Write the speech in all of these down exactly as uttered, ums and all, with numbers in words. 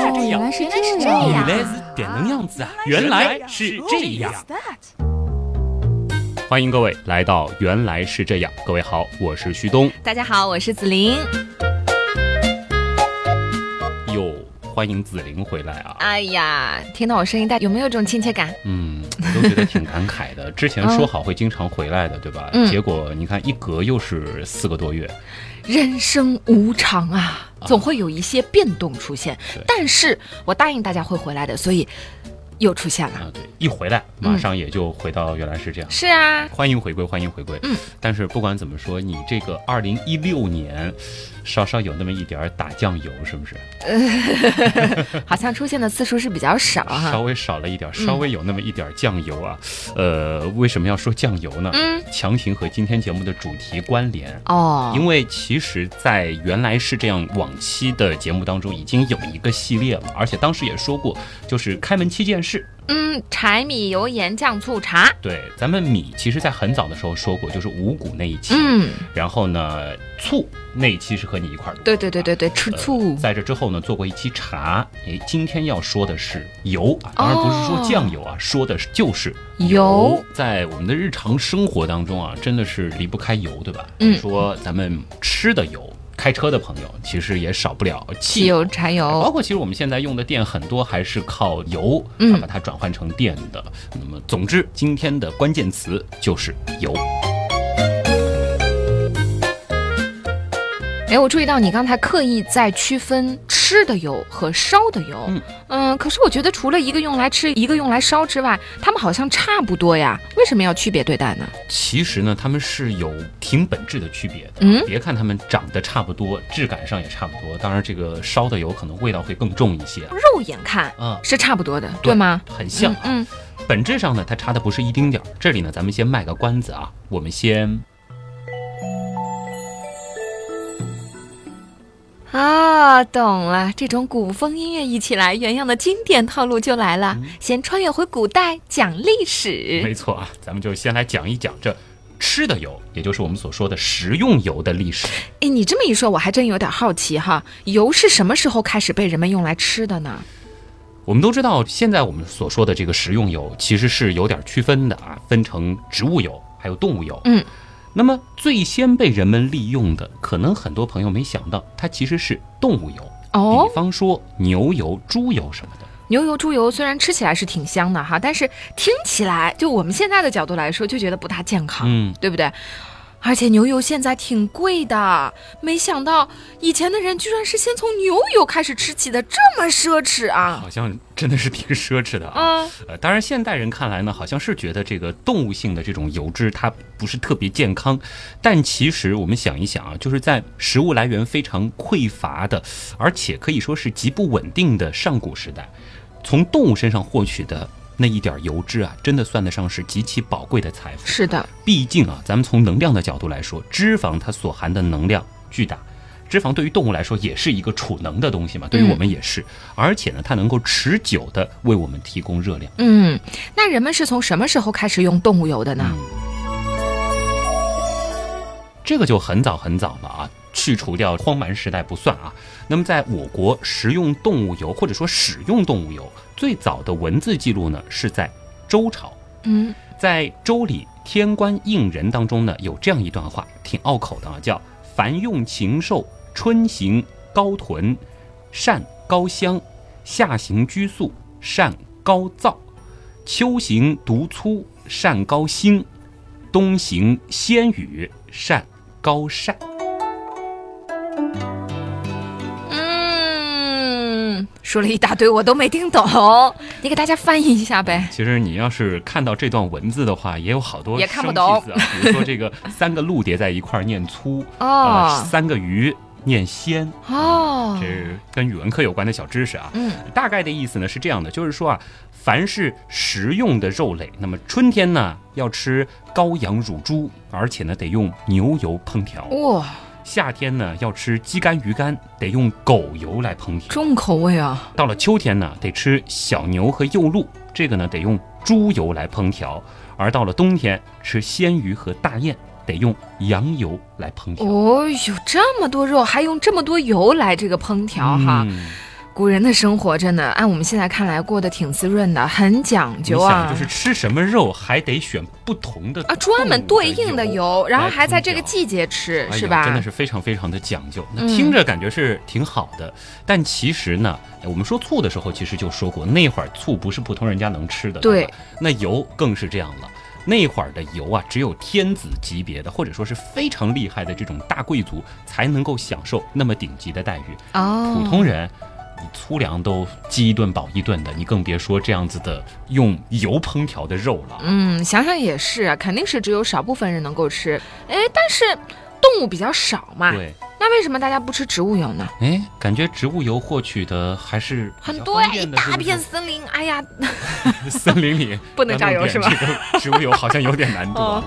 原来是这样， 原来是这样子啊！原来是这样。欢迎各位来到《原来是这样》，各位好，我是旭东。 大家好，我是子琳。 哟，欢迎子琳回来啊！ 哎呀，听到我声音，大家有没有这种亲切感？ 嗯，我都觉得挺感慨的。之前说好会经常回来的，对吧？嗯、结果你看，一隔又是四个多月。 人生无常啊，总会有一些变动出现。啊、但是我答应大家会回来的，所以又出现了。啊， 对，一回来马上也就回到原来是这样。 嗯、是啊， 欢迎回归，欢迎回归。嗯，但是不管怎么说，你这个二零一六年。稍稍有那么一点打酱油，是不是？ 呃、好像出现的次数是比较少哈， 稍微少了一点，稍微有那么一点酱油啊。嗯、呃，为什么要说酱油呢？嗯，强行和今天节目的主题关联哦。因为其实，在原来是这样往期的节目当中，已经有一个系列了，而且当时也说过，就是开门七件事。 嗯，柴米油盐酱醋茶。 对，咱们米其实在很早的时候说过，就是五谷那一期。嗯，然后呢，醋那一期是和你一块儿录的。 对对对对对，吃醋。 呃、在这之后呢，做过一期茶。哎，今天要说的是油啊，当然不是说酱油啊，哦、说的是就是油。油在我们的日常生活当中啊，真的是离不开油，对吧？嗯，说咱们吃的油。开车的朋友其实也少不了汽油、柴油， 包括其实我们现在用的电很多还是靠油、嗯、啊把它转换成电的。那么总之，今天的关键词就是油。 哎，我注意到你刚才刻意在区分吃的油和烧的油。嗯嗯，可是我觉得除了一个用来吃，一个用来烧之外，它们好像差不多呀。为什么要区别对待呢？ 其实呢，它们是有挺本质的区别的。嗯，别看它们长得差不多，质感上也差不多。当然，这个烧的油可能味道会更重一些。 肉眼看，嗯，是差不多的，对, 对吗？ 很像、啊。嗯，本质上呢，它差的不是一丁点儿。这里呢，咱们先卖个关子啊，我们先。 啊，懂了，这种古风音乐一起来，原样的经典套路就来了。嗯、先穿越回古代，讲历史。 没错啊，咱们就先来讲一讲这吃的油，也就是我们所说的食用油的历史。 哎，你这么一说，我还真有点好奇哈，油是什么时候开始被人们用来吃的呢？ 我们都知道，现在我们所说的这个食用油，其实是有点区分的啊，分成植物油还有动物油。嗯。那么最先被人们利用的，可能很多朋友没想到，它其实是动物油。哦，比方说牛油、猪油什么的。 牛油、猪油虽然吃起来是挺香的哈，但是听起来就我们现在的角度来说，就觉得不大健康，嗯，对不对？而且牛油现在挺贵的，没想到以前的人居然是先从牛油开始吃起的，这么奢侈啊！ 好像真的是挺奢侈的啊。嗯、呃，当然现代人看来呢，好像是觉得这个动物性的这种油脂它不是特别健康，但其实我们想一想啊，就是在食物来源非常匮乏的，而且可以说是极不稳定的上古时代，从动物身上获取的那一点油脂啊，真的算得上是极其宝贵的财富。 是的， 毕竟啊，咱们从能量的角度来说，脂肪它所含的能量巨大。脂肪对于动物来说也是一个储能的东西嘛，对于我们也是。嗯、而且呢，它能够持久的为我们提供热量。 嗯，那人们是从什么时候开始用动物油的呢？嗯、 这个就很早很早了啊。去除掉荒蛮时代不算啊，那么在我国食用动物油或者说使用动物油最早的文字记录呢，是在周朝。嗯，在周礼天官应人当中呢，有这样一段话，挺拗口的啊，叫凡用禽兽，春行高豚，善高香，夏行居宿，善高燥，秋行独粗，善高辛，冬行鲜羽，善高善。 说了一大堆我都没听懂，你给大家翻译一下呗。 其实你要是看到这段文字的话，也有好多也看不懂， 比如说这个三个鹿叠在一块念粗哦、呃，三个鱼念鲜哦，这是跟语文课有关的小知识啊。嗯，大概的意思呢是这样的，就是说啊，凡是食用的肉类，那么春天呢要吃羔羊乳猪，而且呢得用牛油烹调。哇。夏天呢要吃鸡肝鱼肝，得用狗油来烹调， 重口味啊。 到了秋天呢得吃小牛和幼鹿，这个呢得用猪油来烹调。而到了冬天吃鲜鱼和大雁，得用羊油来烹调。 哦哟，这么多肉还用这么多油来这个烹调哈。嗯， 古人的生活真的按我们现在看来过得挺滋润的，很讲究啊。 你想，就是吃什么肉还得选不同的啊，专门对应的油，然后还在这个季节吃， 哎、 是吧？ 真的是非常非常的讲究。那听着感觉是挺好的，嗯、但其实呢，我们说醋的时候，其实就说过，那会儿醋不是普通人家能吃的，对吧？那油更是这样了。那会儿的油啊，只有天子级别的，或者说是非常厉害的这种大贵族，才能够享受那么顶级的待遇。 哦， 普通人。你粗粮都饥一顿饱一顿的，你更别说这样子的用油烹调的肉了。 嗯，想想也是啊，肯定是只有少部分人能够吃。哎，但是动物比较少嘛， 对， 那为什么大家不吃植物油呢？ 哎，感觉植物油获取的还是很多呀，一大片森林，哎呀， 森林里不能榨油是吧？ 这个植物油好像有点难度。哦，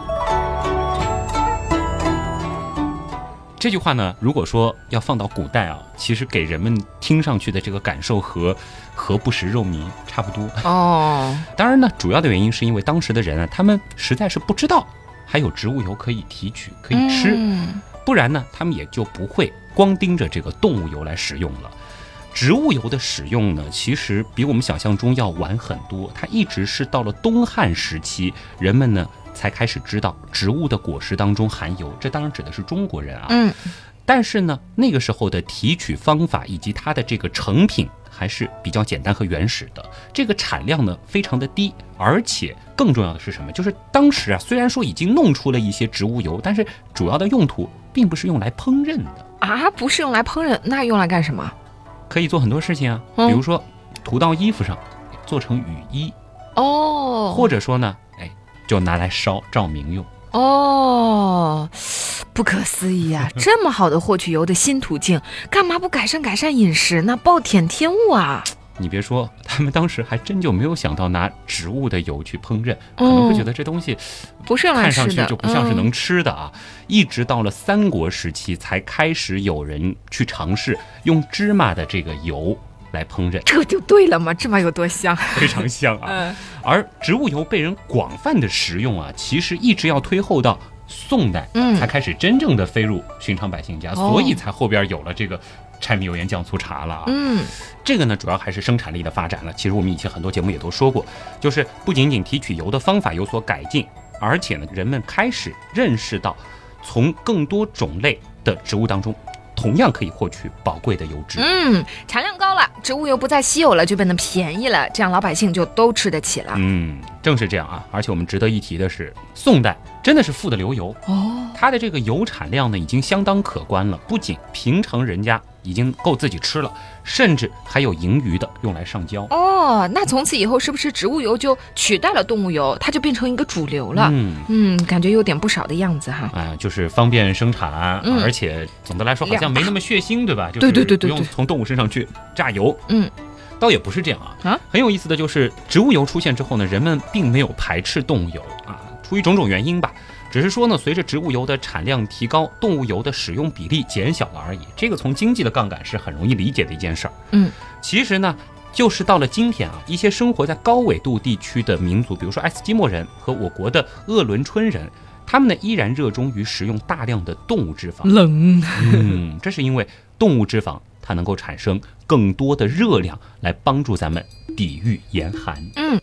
这句话呢，如果说要放到古代啊，其实给人们听上去的这个感受和和不食肉糜差不多哦。 当然呢，主要的原因是因为当时的人啊，他们实在是不知道还有植物油可以提取可以吃， 嗯、 不然呢，他们也就不会光盯着这个动物油来食用了。植物油的使用呢，其实比我们想象中要晚很多，它一直是到了东汉时期，人们呢才开始知道植物的果实当中含油，这当然指的是中国人啊。 嗯， 但是呢，那个时候的提取方法以及它的这个成品还是比较简单和原始的，这个产量呢非常的低，而且更重要的是什么？就是当时啊，虽然说已经弄出了一些植物油，但是主要的用途并不是用来烹饪的啊，不是用来烹饪，那用来干什么？ 可以做很多事情啊，比如说涂到衣服上，做成雨衣哦， 或者说呢，哎，就拿来烧照明用。 哦，不可思议啊！这么好的获取油的新途径，干嘛不改善改善饮食呢？暴殄天物啊！ 你别说，他们当时还真就没有想到拿植物的油去烹饪，可能会觉得这东西不是看上去就不像是能吃的啊。嗯、一直到了三国时期，才开始有人去尝试用芝麻的这个油来烹饪， 这就对了嘛，芝麻有多香， 非常香啊。 嗯、 而植物油被人广泛的食用啊，其实一直要推后到宋代， 嗯、 才开始真正的飞入寻常百姓家， 哦、 所以才后边有了这个柴米油盐酱醋茶了啊。 嗯， 这个呢，主要还是生产力的发展了。其实我们以前很多节目也都说过，就是不仅仅提取油的方法有所改进，而且呢，人们开始认识到，从更多种类的植物当中，同样可以获取宝贵的油脂。 嗯，产量高了，植物油不再稀有了，就变得便宜了，这样老百姓就都吃得起了。 嗯，正是这样啊。而且我们值得一提的是，宋代真的是富得流油哦， 它的这个油产量呢已经相当可观了，不仅平常人家已经够自己吃了，甚至还有盈余的用来上交。 哦，那从此以后是不是植物油就取代了动物油，它就变成一个主流了？ 嗯嗯，感觉有点不少的样子哈。 啊，就是方便生产，嗯、而且总的来说好像没那么血腥，对吧？就是对对对对， 不用从动物身上去榨油。 嗯， 倒也不是这样啊。 啊， 很有意思的就是，植物油出现之后呢，人们并没有排斥动物油啊，出于种种原因吧。只是说呢，随着植物油的产量提高，动物油的使用比例减小了而已。这个从经济的杠杆是很容易理解的一件事儿。 嗯， 其实呢，就是到了今天啊，一些生活在高纬度地区的民族，比如说爱斯基摩人和我国的鄂伦春人，他们呢依然热衷于食用大量的动物脂肪。 冷， 嗯，这是因为动物脂肪它能够产生更多的热量，来帮助咱们抵御严寒。 嗯。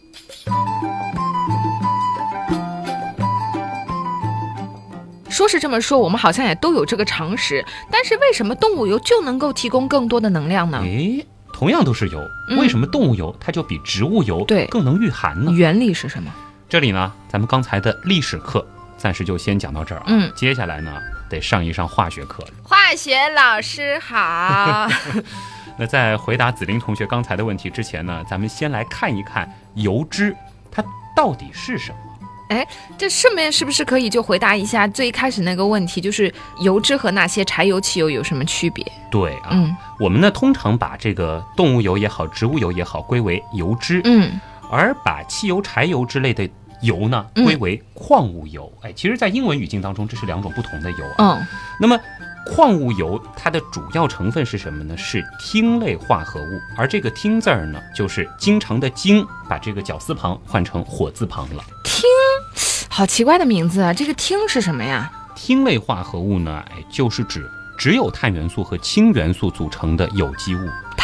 说是这么说，我们好像也都有这个常识，但是为什么动物油就能够提供更多的能量呢？ 诶，同样都是油， 嗯、 为什么动物油它就比植物油更能御寒呢？ 原理是什么？ 这里呢，咱们刚才的历史课暂时就先讲到这儿啊。 嗯， 接下来呢，得上一上化学课了。 化学老师好。 那在回答子琳同学刚才的问题之前呢，咱们先来看一看油脂它到底是什么。 哎，这顺便是不是可以就回答一下最开始那个问题，就是油脂和那些柴油、汽油有什么区别？ 对啊， 嗯， 我们呢通常把这个动物油也好，植物油也好归为油脂， 嗯， 而把汽油、柴油之类的油呢归为矿物油。哎、嗯，其实，在英文语境当中，这是两种不同的油啊。 嗯， 那么矿物油它的主要成分是什么呢？是烃类化合物，而这个烃字儿呢，就是经常的经，把这个绞丝旁换成火字旁了。 烃，好奇怪的名字啊！这个烃是什么呀？ 烃类化合物呢，哎，就是指只有碳元素和氢元素组成的有机物。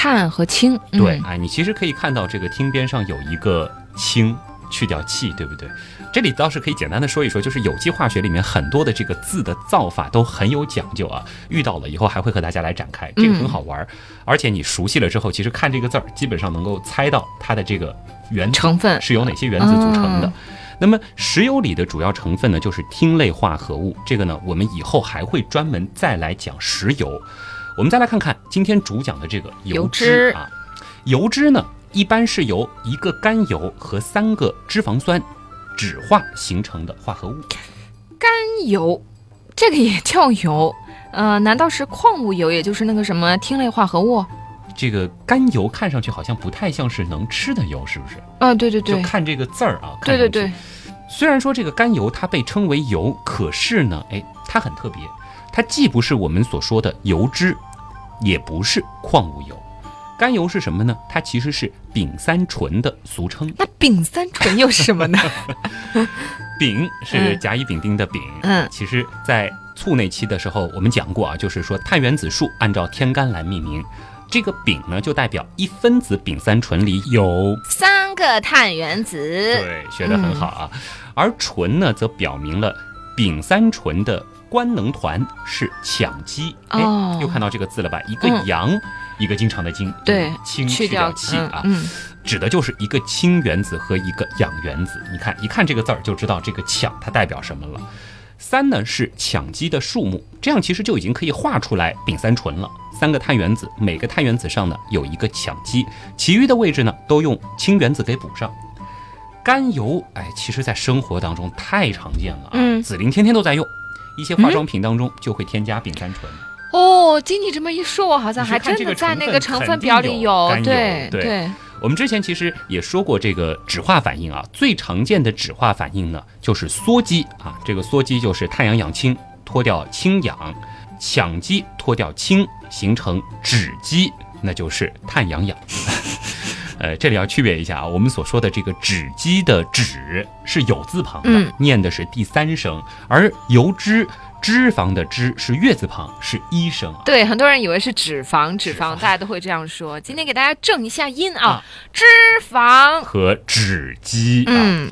碳和氢。 嗯、对，哎，你其实可以看到这个厅边上有一个氢，去掉气，对不对？这里倒是可以简单的说一说，就是有机化学里面很多的这个字的造法都很有讲究啊，遇到了以后还会和大家来展开，这个很好玩。嗯、而且你熟悉了之后，其实看这个字儿，基本上能够猜到它的这个原成分是由哪些原子组成的。嗯、那么石油里的主要成分呢，就是烃类化合物，这个呢，我们以后还会专门再来讲石油。我们再来看看今天主讲的这个油脂啊，油脂呢，一般是由一个甘油和三个脂肪酸酯化形成的化合物。 甘油，这个也叫油，呃，难道是矿物油，也就是那个什么烃类化合物？ 这个甘油看上去好像不太像是能吃的油，是不是？ 啊，对对对， 就看这个字儿啊， 对对对。 虽然说这个甘油它被称为油，可是呢，哎，它很特别，它既不是我们所说的油脂，也不是矿物油。甘油是什么呢？它其实是丙三醇的俗称。 那丙三醇又是什么呢？ 丙是甲乙丙丁的丙。嗯，其实在促那期的时候我们讲过啊，就是说碳原子数按照天干来命名，这个丙呢就代表一分子丙三醇里有三个碳原子。 对，学得很好啊。嗯、而醇呢则表明了丙三醇的官能团是羟基。哦，又看到这个字了吧？一个阳。嗯，一个经常的经， 对， 氢去掉气啊，嗯，指的就是一个氢原子和一个氧原子。你看，一看这个字儿就知道这个羟它代表什么了。三呢是羟基的数目，这样其实就已经可以画出来丙三醇了。三个碳原子，每个碳原子上呢有一个羟基，其余的位置呢都用氢原子给补上。甘油，哎，其实在生活当中太常见了啊，嗯，紫菱天天都在用，一些化妆品当中就会添加丙三醇。嗯哦，经你这么一说，我好像还真的在那个成分表里有。 对对, 对， 我们之前其实也说过这个酯化反应啊，最常见的酯化反应呢就是羧基啊，这个羧基就是碳氧氧氢脱掉氢氧，羟基脱掉氢形成酯基，那就是碳氧氧。呃，这里要区别一下啊，我们所说的这个酯基的酯是有字旁的，嗯、念的是第三声，而油脂。脂肪的脂是月字旁，是一声啊。 对，很多人以为是脂肪，脂肪大家都会这样说。今天给大家正一下音啊，啊脂肪和酯基啊。嗯。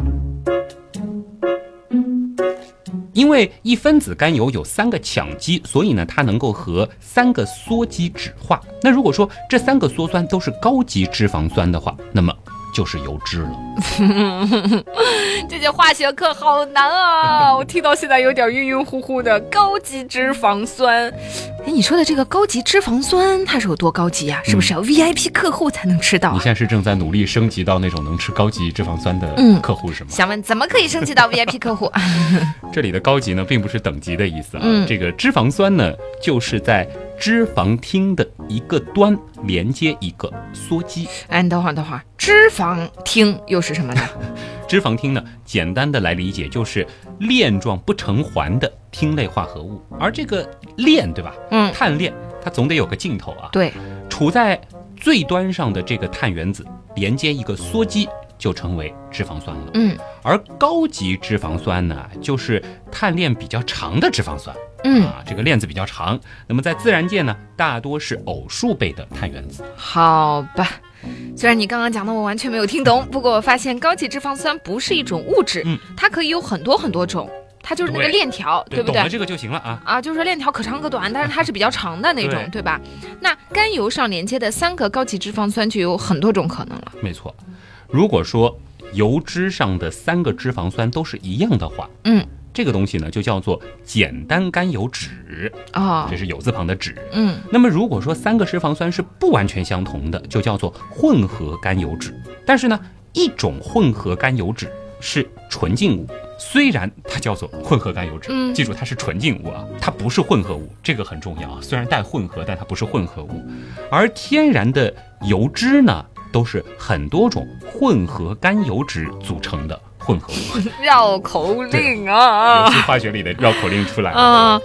因为一分子甘油有三个羟基，所以呢，它能够和三个羧基酯化。那如果说这三个羧酸都是高级脂肪酸的话，那么就是油脂了。 这节化学课好难啊！我听到现在有点晕晕乎乎的。高级脂肪酸，哎，你说的这个高级脂肪酸，它是有多高级啊？是不是要 V I P 客户才能吃到、啊嗯？你现在是正在努力升级到那种能吃高级脂肪酸的客户是吗？ 嗯、想问怎么可以升级到 V I P 客户？ 这里的高级呢，并不是等级的意思啊。嗯、这个脂肪酸呢，就是在脂肪烃的一个端连接一个羧基。 哎，你等会儿，等会儿，脂肪烃又是什么呢？ 脂肪烃呢，简单的来理解就是链状不成环的烃类化合物，而这个链，对吧？嗯，碳链它总得有个尽头啊。 对， 处在最端上的这个碳原子连接一个羧基，就成为脂肪酸了。嗯，而高级脂肪酸呢，就是碳链比较长的脂肪酸。嗯啊，这个链子比较长，那么在自然界呢，大多是偶数倍的碳原子。 好吧。虽然你刚刚讲的我完全没有听懂，不过我发现高级脂肪酸不是一种物质，嗯，它可以有很多很多种，它就是那个链条， 对, 对不对？ 懂了这个就行了啊啊，就是链条可长可短，但是它是比较长的那种， 对, 对吧？那甘油上连接的三个高级脂肪酸就有很多种可能了。 没错，如果说油脂上的三个脂肪酸都是一样的话，嗯。这个东西呢，就叫做简单甘油酯啊，这是有字旁的酯。嗯，那么如果说三个脂肪酸是不完全相同的，就叫做混合甘油酯。但是呢，一种混合甘油酯是纯净物，虽然它叫做混合甘油酯，嗯、记住它是纯净物啊，它不是混合物，这个很重要啊。虽然带混合，但它不是混合物。而天然的油脂呢，都是很多种混合甘油酯组成的。混合物， 绕口令啊！ 游戏化学里的绕口令出来了。啊、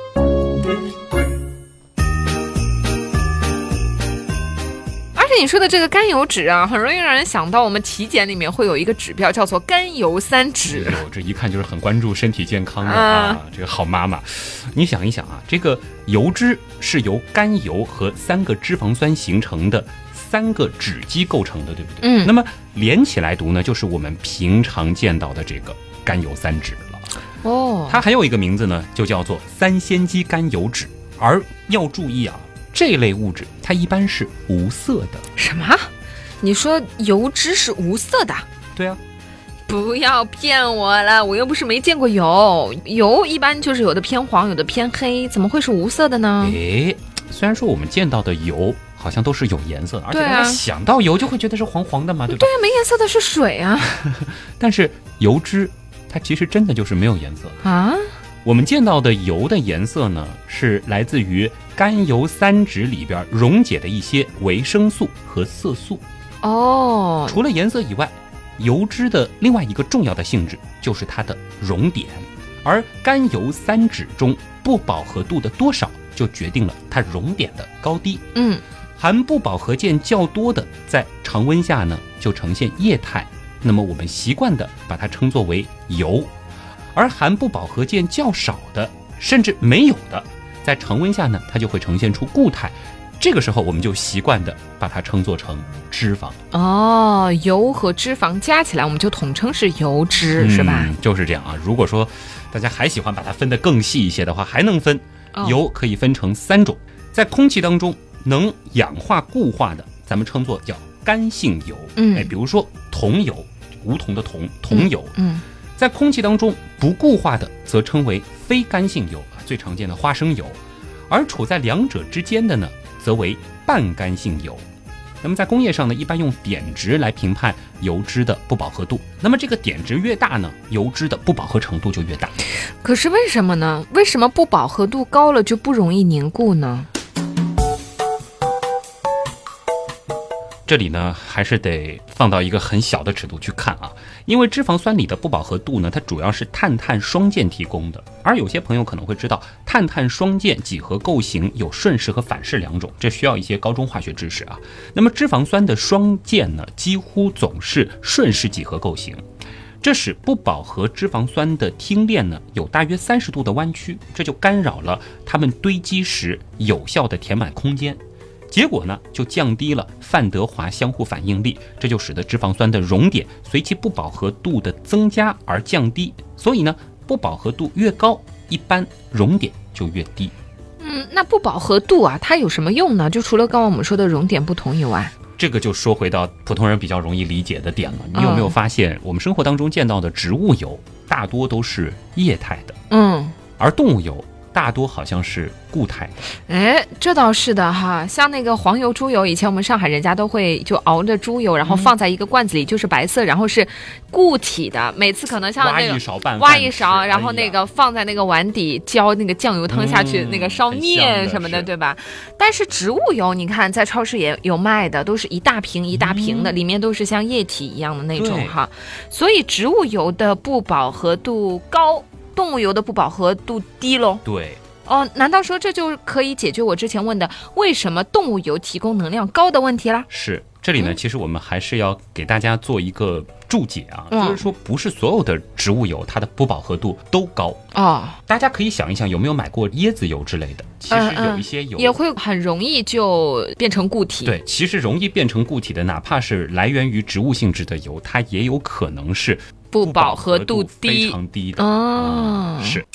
而且你说的这个甘油酯啊，很容易让人想到我们体检里面会有一个指标叫做甘油三酯。 哎呦，这一看就是很关注身体健康的啊，啊这个好妈妈。你想一想啊，这个油脂是由甘油和三个脂肪酸形成的三个酯基构成的，对不对？ 嗯。 那么连起来读呢，就是我们平常见到的这个甘油三酯了。 哦。 它还有一个名字呢，就叫做三羧基甘油酯。而要注意啊，这类物质它一般是无色的。 什么？你说油脂是无色的？ 对啊。 不要骗我了，我又不是没见过油。油一般就是有的偏黄，有的偏黑，怎么会是无色的呢？ 诶，虽然说我们见到的油好像都是有颜色的，而且大家想到油就会觉得是黄黄的嘛，对吧？ 对啊，没颜色的是水啊。 但是油脂它其实真的就是没有颜色啊。 我们见到的油的颜色呢，是来自于甘油三酯里边溶解的一些维生素和色素。 哦。 除了颜色以外，油脂的另外一个重要的性质就是它的熔点，而甘油三酯中不饱和度的多少就决定了它熔点的高低。 嗯， 含不饱和键较多的在常温下呢就呈现液态，那么我们习惯的把它称作为油，而含不饱和键较少的甚至没有的在常温下呢它就会呈现出固态，这个时候我们就习惯的把它称作成脂肪。 哦，油和脂肪加起来我们就统称是油脂、嗯、是吧？ 就是这样啊。如果说大家还喜欢把它分得更细一些的话，还能分、哦、油可以分成三种，在空气当中能氧化固化的咱们称作叫干性油。 嗯， 哎，比如说桐油，梧桐的桐，桐油。 嗯， 在空气当中不固化的则称为非干性油，最常见的花生油。而处在两者之间的呢则为半干性油。那么在工业上呢，一般用碘值来评判油脂的不饱和度，那么这个碘值越大呢，油脂的不饱和程度就越大。 可是为什么呢？为什么不饱和度高了就不容易凝固呢？ 这里呢还是得放到一个很小的尺度去看啊，因为脂肪酸里的不饱和度呢，它主要是碳碳双键提供的，而有些朋友可能会知道碳碳双键几何构型有顺式和反式两种，这需要一些高中化学知识啊。那么脂肪酸的双键呢，几乎总是顺式几何构型，这使不饱和脂肪酸的烃链呢有大约三十度的弯曲，这就干扰了它们堆积时有效的填满空间。结果呢，就降低了范德华相互反应力，这就使得脂肪酸的熔点随其不饱和度的增加而降低。所以呢，不饱和度越高，一般熔点就越低。 嗯，那不饱和度啊，它有什么用呢？就除了刚刚我们说的熔点不同以外， 这个就说回到普通人比较容易理解的点了。你有没有发现，我们生活当中见到的植物油大多都是液态的， 嗯， 而动物油大多好像是固态的。 哎，这倒是的哈，像那个黄油、猪油，以前我们上海人家都会就熬着猪油，然后放在一个罐子里，就是白色，然后是固体的，每次可能像那个挖一勺拌饭挖一勺，然后那个放在那个碗底浇那个酱油汤下去，嗯、那个烧面什么的，对吧？但是植物油，你看在超市也有卖的，都是一大瓶一大瓶的，嗯、里面都是像液体一样的那种哈，所以植物油的不饱和度高，动物油的不饱和度低咯。 对。 哦，难道说这就可以解决我之前问的为什么动物油提供能量高的问题啦？ 是，这里呢、嗯、其实我们还是要给大家做一个注解啊、嗯、就是说不是所有的植物油它的不饱和度都高哦。 大家可以想一想，有没有买过椰子油之类的，其实有一些油、 嗯嗯、也会很容易就变成固体。 对，其实容易变成固体的，哪怕是来源于植物性质的油，它也有可能是不饱和度低， 非常低的哦、 嗯、是。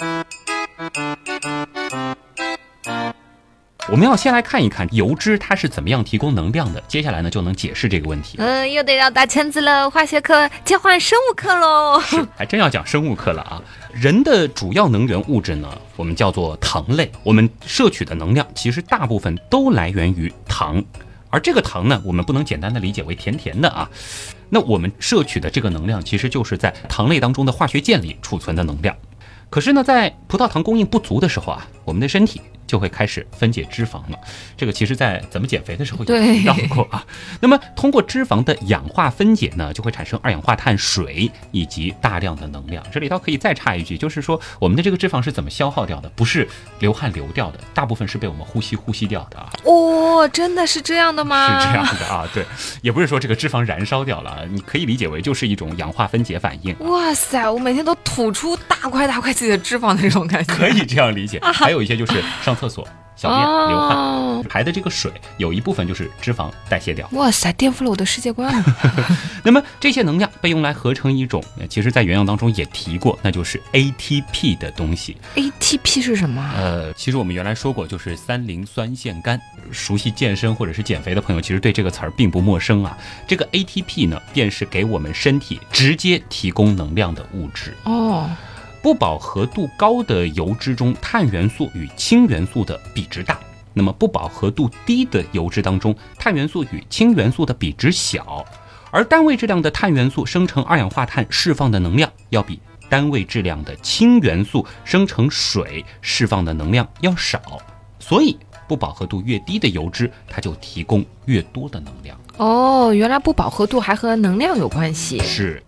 我们要先来看一看油脂它是怎么样提供能量的，接下来呢就能解释这个问题。 嗯、呃，又得要打签字了，化学课切换生物课喽。 是，还真要讲生物课了啊。人的主要能源物质呢，我们叫做糖类，我们摄取的能量其实大部分都来源于糖，而这个糖呢，我们不能简单的理解为甜甜的啊。那我们摄取的这个能量其实就是在糖类当中的化学键里储存的能量。可是呢，在葡萄糖供应不足的时候啊，我们的身体就会开始分解脂肪了。这个其实在怎么减肥的时候有提到过啊。那么通过脂肪的氧化分解呢，就会产生二氧化碳、水以及大量的能量。这里倒可以再插一句，就是说我们的这个脂肪是怎么消耗掉的？不是流汗流掉的，大部分是被我们呼吸呼吸掉的啊。 哦，真的是这样的吗？ 是这样的啊，对，也不是说这个脂肪燃烧掉了，你可以理解为就是一种氧化分解反应。 哇塞，我每天都吐出大块大块自己的脂肪的这种感觉， 可以这样理解。啊、还有一些就是上厕所小便、哦、流汗排的这个水有一部分就是脂肪代谢掉。 哇塞，颠覆了我的世界观了。 那么这些能量被用来合成一种，其实在原样当中也提过，那就是 A T P 的东西。 A T P 是什么？ 呃，其实我们原来说过，就是三磷酸腺苷。熟悉健身或者是减肥的朋友其实对这个词儿并不陌生啊。这个 A T P 呢，便是给我们身体直接提供能量的物质。 哦， 不饱和度高的油脂中，碳元素与氢元素的比值大，那么不饱和度低的油脂当中，碳元素与氢元素的比值小，而单位质量的碳元素生成二氧化碳释放的能量要比单位质量的氢元素生成水释放的能量要少，所以不饱和度越低的油脂它就提供越多的能量。 哦，原来不饱和度还和能量有关系。 是。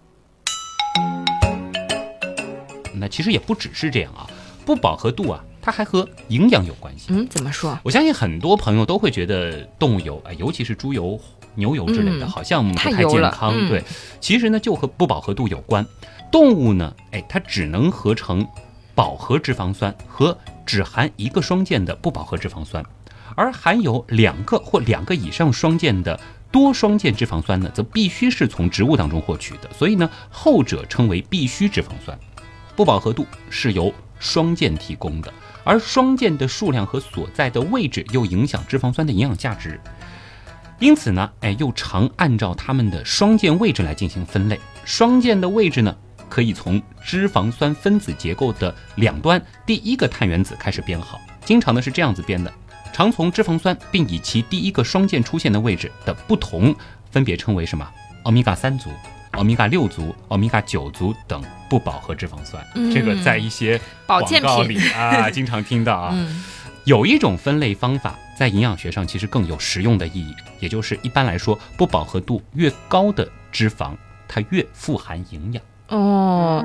那其实也不只是这样啊，不饱和度啊，它还和营养有关系。 嗯，怎么说？ 我相信很多朋友都会觉得动物油，尤其是猪油、牛油之类的，嗯、好像不太健康。 嗯、 对，其实呢就和不饱和度有关。动物呢，哎，它只能合成饱和脂肪酸和只含一个双键的不饱和脂肪酸，而含有两个或两个以上双键的多双键脂肪酸呢，则必须是从植物当中获取的，所以呢，后者称为必需脂肪酸。不饱和度是由双键提供的，而双键的数量和所在的位置又影响脂肪酸的营养价值，因此呢，哎，又常按照它们的双键位置来进行分类。双键的位置呢，可以从脂肪酸分子结构的两端第一个碳原子开始编号，经常呢是这样子编的，常从脂肪酸并以其第一个双键出现的位置的不同，分别称为什么？欧米伽三族、欧米伽六族、欧米伽九族等不饱和脂肪酸。嗯、这个在一些广告里啊经常听到啊。嗯、有一种分类方法在营养学上其实更有实用的意义，也就是一般来说，不饱和度越高的脂肪，它越富含营养。 哦。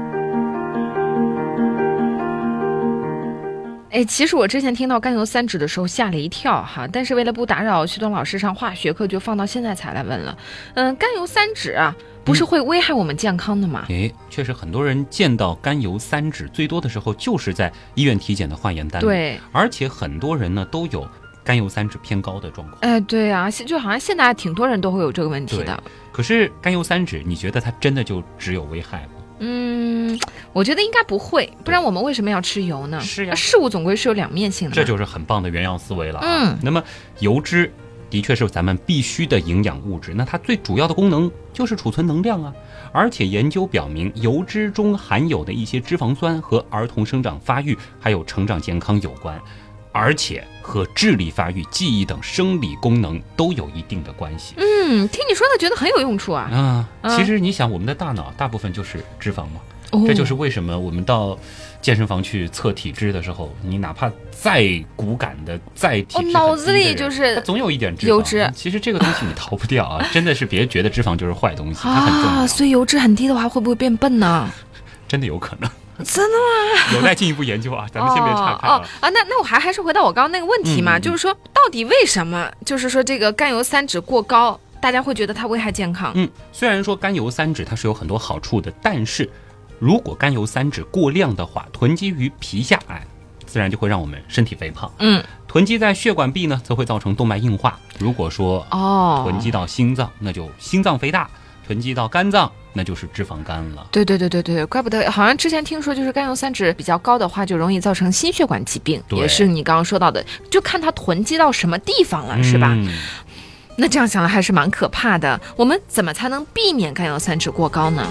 哎，其实我之前听到甘油三酯的时候吓了一跳哈，但是为了不打扰徐东老师上化学课，就放到现在才来问了。嗯，甘油三酯啊，不是会危害我们健康的吗？ 哎、嗯，确实很多人见到甘油三酯最多的时候就是在医院体检的化验单里， 对， 而且很多人呢都有甘油三酯偏高的状况。 哎，对啊，就好像现在挺多人都会有这个问题的。 可是甘油三酯，你觉得它真的就只有危害吗？ 嗯，我觉得应该不会，不然我们为什么要吃油呢？ 是呀， 事物总归是有两面性的。 这就是很棒的原样思维了、啊。 嗯， 那么油脂的确是咱们必须的营养物质，那它最主要的功能就是储存能量啊。而且研究表明，油脂中含有的一些脂肪酸和儿童生长发育还有成长健康有关，而且和智力发育、记忆等生理功能都有一定的关系。 嗯，听你说的觉得很有用处啊。 啊、嗯，其实你想，我们的大脑大部分就是脂肪嘛。哦、这就是为什么我们到健身房去测体脂的时候，你哪怕再骨感的、再体脂很低的人， 脑子里就是它总有一点脂肪油脂。 其实这个东西你逃不掉啊，真的是别觉得脂肪就是坏东西，它很重要。 啊，所以油脂很低的话，会不会变笨呢？ 真的有可能。 真的吗？ 有待进一步研究啊，咱们先别岔开了。 哦哦啊，那那我还还是回到我刚刚那个问题嘛，嗯、就是说到底为什么，就是说这个甘油三酯过高，大家会觉得它危害健康？ 嗯，虽然说甘油三酯它是有很多好处的，但是如果甘油三酯过量的话，囤积于皮下，哎，自然就会让我们身体肥胖。 嗯， 囤积在血管壁呢，则会造成动脉硬化。如果说哦， 囤积到心脏，那就心脏肥大；囤积到肝脏，那就是脂肪肝了。 对对对对对，怪不得好像之前听说，就是甘油三酯比较高的话，就容易造成心血管疾病，也是你刚刚说到的，就看它囤积到什么地方了，是吧？ 嗯， 那这样想来还是蛮可怕的。我们怎么才能避免甘油三酯过高呢？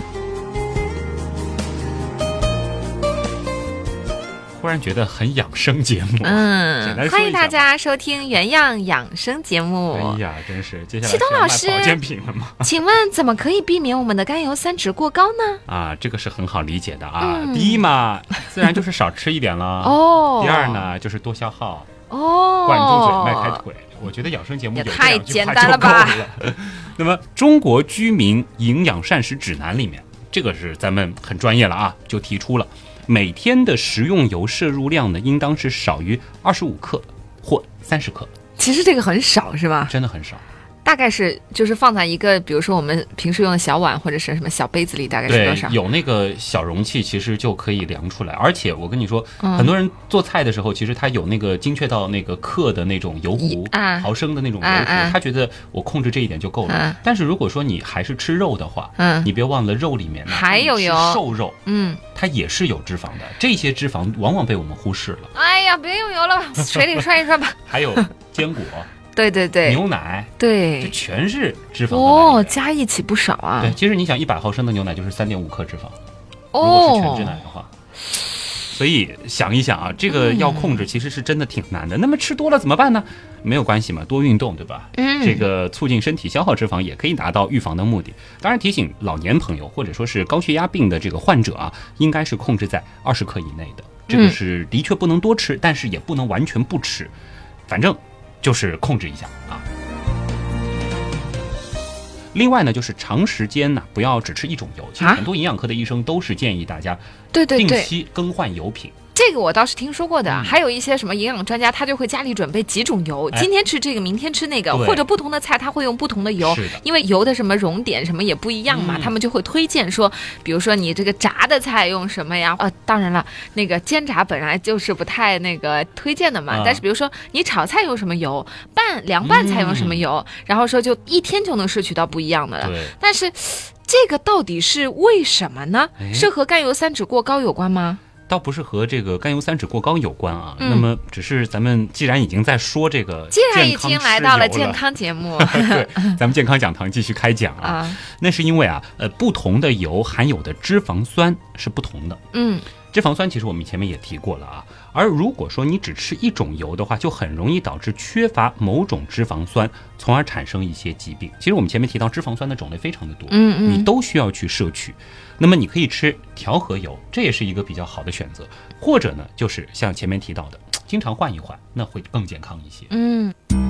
忽然觉得很养生节目， 嗯，欢迎大家收听原样养生节目。 哎呀，真是，接下来启东老师， 保健品了吗？ 请问怎么可以避免我们的甘油三酯过高呢？ 啊，这个是很好理解的啊。 嗯、 第一嘛，自然就是少吃一点了。 哦。 第二呢，就是多消耗。 哦。 管住嘴，迈开腿。我觉得养生节目有也太简单了吧？ 那么，《中国居民营养膳食指南》里面，这个是咱们很专业了啊，就提出了。每天的食用油摄入量呢，应当是少于二十五克或三十克。 其实这个很少，是吧？ 真的很少。 大概是就是放在一个比如说我们平时用的小碗或者是什么小杯子里，大概是多少？ 对，有那个小容器其实就可以量出来。而且我跟你说、嗯、很多人做菜的时候其实他有那个精确到那个克的那种油壶、啊、毫升的那种油壶、啊、他觉得我控制这一点就够了、啊、但是如果说你还是吃肉的话、啊、你别忘了肉里面还有油， 瘦肉嗯，它也是有脂肪的，这些脂肪往往被我们忽视了。 哎呀，别用油了吧，水里涮一涮吧。 还有坚果对对对， 牛奶， 对， 这全是脂肪的哦，加一起不少啊。 对，其实你想，一百毫升的牛奶就是三点五克脂肪，如果是全脂奶的话。所以想一想啊，这个要控制其实是真的挺难的。嗯、那么吃多了怎么办呢？没有关系嘛，多运动，对吧？嗯，这个促进身体消耗脂肪也可以达到预防的目的。当然提醒老年朋友或者说是高血压病的这个患者啊，应该是控制在二十克以内的。这个是的确不能多吃，但是也不能完全不吃，反正就是控制一下啊。另外呢，就是长时间呢不要只吃一种油。其实很多营养科的医生都是建议大家对对定期更换油品。 这个我倒是听说过的、嗯、还有一些什么营养专家他就会家里准备几种油、哎、今天吃这个明天吃那个，或者不同的菜他会用不同的油， 是的， 因为油的什么熔点什么也不一样嘛、嗯、他们就会推荐说比如说你这个炸的菜用什么呀，呃，当然了那个煎炸本来就是不太那个推荐的嘛、啊、但是比如说你炒菜用什么油，拌凉拌菜用什么油、嗯、然后说就一天就能摄取到不一样的了。但是这个到底是为什么呢？是和甘油三酯过高有关吗？ 倒不是和这个甘油三酯过高有关啊、嗯、那么只是咱们既然已经在说这个既然已经来到了健康节目对，咱们健康讲堂继续开讲啊、啊那是因为啊呃不同的油含有的脂肪酸是不同的。嗯，脂肪酸其实我们前面也提过了啊，而如果说你只吃一种油的话，就很容易导致缺乏某种脂肪酸，从而产生一些疾病。其实我们前面提到脂肪酸的种类非常的多，嗯嗯，你都需要去摄取。那么你可以吃调和油，这也是一个比较好的选择，或者呢就是像前面提到的经常换一换，那会更健康一些。嗯，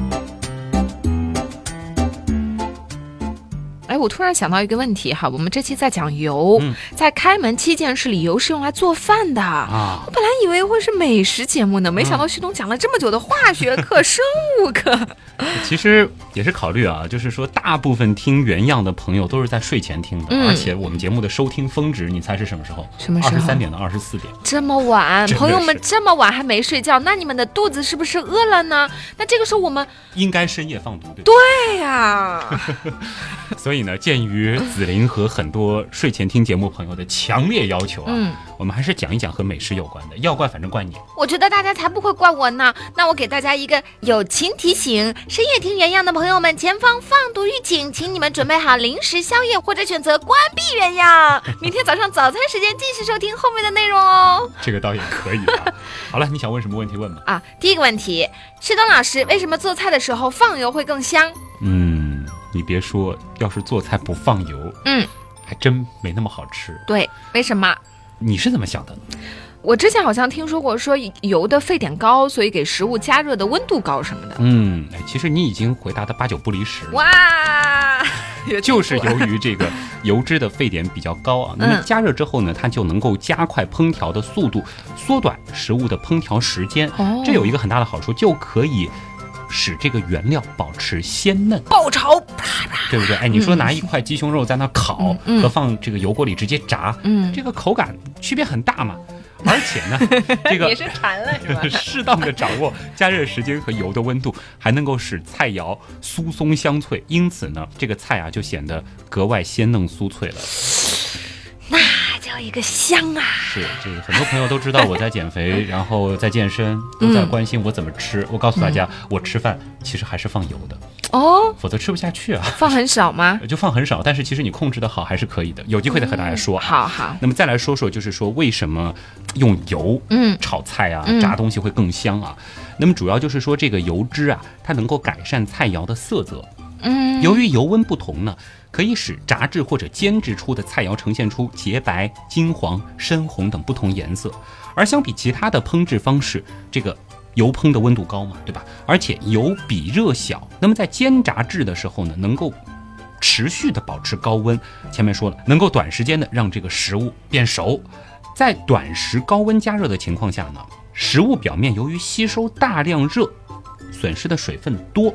哎，我突然想到一个问题哈，我们这期在讲油、嗯、在开门七件事里油是用来做饭的啊。我本来以为会是美食节目呢，没想到徐东讲了这么久的化学课、嗯、生物课。 其实也是考虑啊，就是说大部分听原样的朋友都是在睡前听的、嗯、而且我们节目的收听峰值你猜是什么时候？ 什么时候？ 二十三点到二十四点， 这么晚，朋友们这么晚还没睡觉，那你们的肚子是不是饿了呢？那这个时候我们应该深夜放毒，对吧？ 对呀、啊。 所以呢，鉴于子琳和很多睡前听节目朋友的强烈要求啊、嗯、我们还是讲一讲和美食有关的，要怪反正怪你。 我觉得大家才不会怪我呢。那我给大家一个友情提醒，深夜听原样的朋友们，前方放毒预警，请你们准备好零食宵夜，或者选择关闭原样，明天早上早餐时间继续收听后面的内容哦。 这个倒也可以啊。好了，你想问什么问题问吧。 啊，第一个问题，施东老师，为什么做菜的时候放油会更香？ 嗯，你别说，要是做菜不放油，嗯，还真没那么好吃。 对，为什么？ 你是怎么想的呢？ 我之前好像听说过，说油的沸点高，所以给食物加热的温度高什么的。 嗯，其实你已经回答的八九不离十了。 哇， 就是由于这个油脂的沸点比较高啊，那么加热之后呢，它就能够加快烹调的速度，缩短食物的烹调时间。哦，这有一个很大的好处，就可以使这个原料保持鲜嫩， 爆炒， 对不对？哎，你说拿一块鸡胸肉在那烤，嗯、和放这个油锅里直接炸，嗯，这个口感区别很大嘛。而且呢，这个也是馋了是吧？ 适当的掌握加热时间和油的温度，还能够使菜肴酥松香脆，因此呢，这个菜啊就显得格外鲜嫩酥脆了。 那叫一个香啊！ 是，这个很多朋友都知道我在减肥，然后在健身，都在关心我怎么吃。嗯、我告诉大家，我吃饭其实还是放油的。哦，否则吃不下去啊。 放很少吗？ 就放很少，但是其实你控制的好还是可以的。有机会再和大家说、 嗯。好好。 那么再来说说，就是说为什么用油嗯炒菜啊、嗯、炸东西会更香啊？那么主要就是说这个油脂啊，它能够改善菜肴的色泽。嗯，由于油温不同呢，可以使炸制或者煎制出的菜肴呈现出洁白、金黄、深红等不同颜色。而相比其他的烹制方式，这个油烹的温度高嘛，对吧？而且油比热小，那么在煎炸制的时候呢，能够持续的保持高温。前面说了，能够短时间的让这个食物变熟。在短时高温加热的情况下呢，食物表面由于吸收大量热，损失的水分多，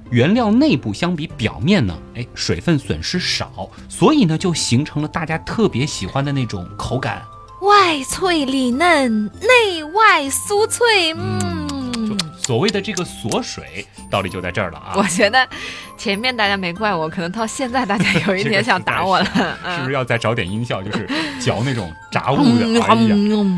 原料内部相比表面呢，哎，水分损失少，所以呢就形成了大家特别喜欢的那种口感， 外脆里嫩，内外酥脆。嗯， 就所谓的这个锁水，道理就在这儿了啊。 我觉得前面大家没怪我，可能到现在大家有一点想打我了。 是不是要再找点音效，就是嚼那种炸物的？哎呀。嗯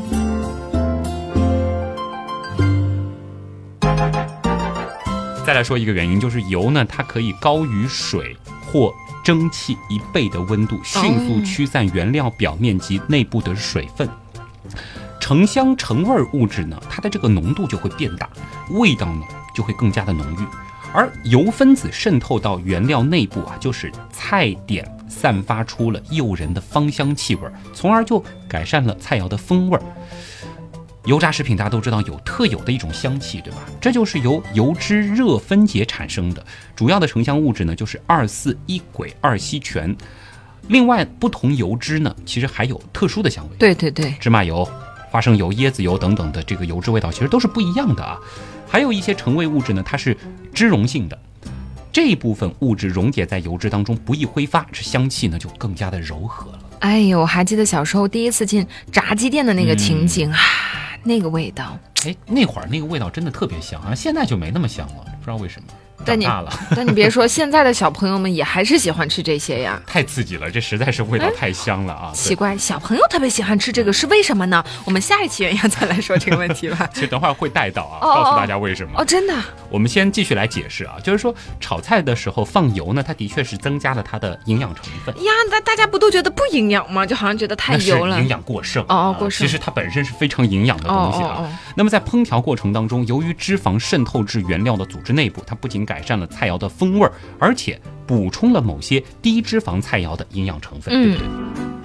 再来说一个原因，就是油呢，它可以高于水或蒸汽一倍的温度，迅速驱散原料表面及内部的水分。成香成味物质呢，它的这个浓度就会变大，味道呢就会更加的浓郁。而油分子渗透到原料内部啊，就使菜点散发出了诱人的芳香气味，从而就改善了菜肴的风味。油炸食品大家都知道有特有的一种香气，对吧？这就是由油脂热分解产生的，主要的成香物质呢就是二四一轨二烯醛。另外，不同油脂呢其实还有特殊的香味。 对对对， 芝麻油、花生油、椰子油等等的这个油脂味道其实都是不一样的啊。还有一些成味物质呢，它是脂溶性的，这一部分物质溶解在油脂当中不易挥发，这香气呢就更加的柔和了。 哎呦，我还记得小时候第一次进炸鸡店的那个情景、嗯、啊，那个味道， 哎，那会儿那个味道真的特别香啊，现在就没那么香了，不知道为什么。 但你但你别说，现在的小朋友们也还是喜欢吃这些呀， 太刺激了，这实在是味道太香了啊！ 奇怪，小朋友特别喜欢吃这个是为什么呢？我们下一期原因再来说这个问题吧。 其实等会儿会带到啊， 哦、 告诉大家为什么。 哦，真的。 我们先继续来解释啊，就是说炒菜的时候放油呢，它的确是增加了它的营养成分。 呀，那大家不都觉得不营养吗？就好像觉得太油了。 那是营养过剩哦，过剩。 其实它本身是非常营养的东西啊。 哦哦哦那么在烹调过程当中，由于脂肪渗透至原料的组织内部，它不仅改善了菜肴的风味，而且补充了某些低脂肪菜肴的营养成分，对不对？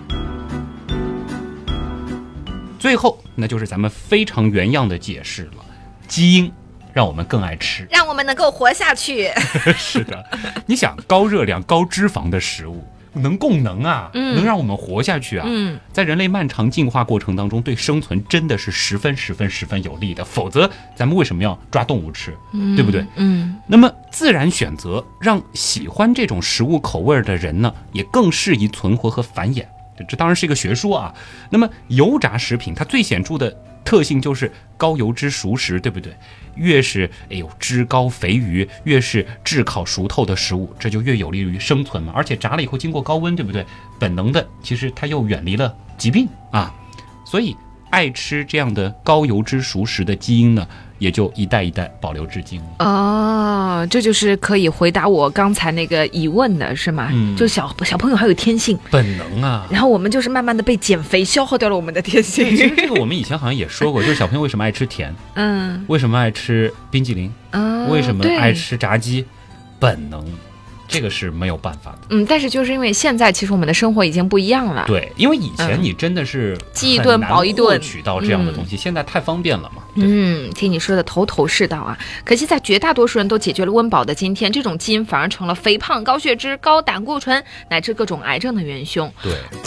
最后，那就是咱们非常原样的解释了，基因让我们更爱吃， 让我们能够活下去。 是的，你想高热量、高脂肪的食物能供能啊、嗯，能让我们活下去啊、嗯。在人类漫长进化过程当中，对生存真的是十分、十分、十分有利的。否则，咱们为什么要抓动物吃？嗯、对不对？嗯。那么，自然选择让喜欢这种食物口味的人呢，也更适宜存活和繁衍。这当然是一个学说啊。那么，油炸食品它最显著的特性就是高油脂熟食，对不对？越是哎呦脂高肥鱼，越是炙烤熟透的食物，这就越有利于生存嘛。而且炸了以后经过高温，对不对？本能的，其实它又远离了疾病啊。所以爱吃这样的高油脂熟食的基因呢，也就一代一代保留至今了。 哦，这就是可以回答我刚才那个疑问的是吗？嗯，就小小朋友还有天性本能啊， 然后我们就是慢慢的被减肥消耗掉了我们的天性。 其实这个我们以前好像也说过，就是小朋友为什么爱吃甜，嗯，为什么爱吃冰激凌，嗯，为什么爱吃炸鸡，本能。这个是没有办法的， 嗯，但是就是因为现在其实我们的生活已经不一样了， 对，因为以前你真的是饥一顿饱一顿获取到这样的东西、嗯，现在太方便了嘛。 嗯，听你说的头头是道啊。可惜在绝大多数人都解决了温饱的今天，这种基因反而成了肥胖、高血脂、高胆固醇乃至各种癌症的元凶。 对。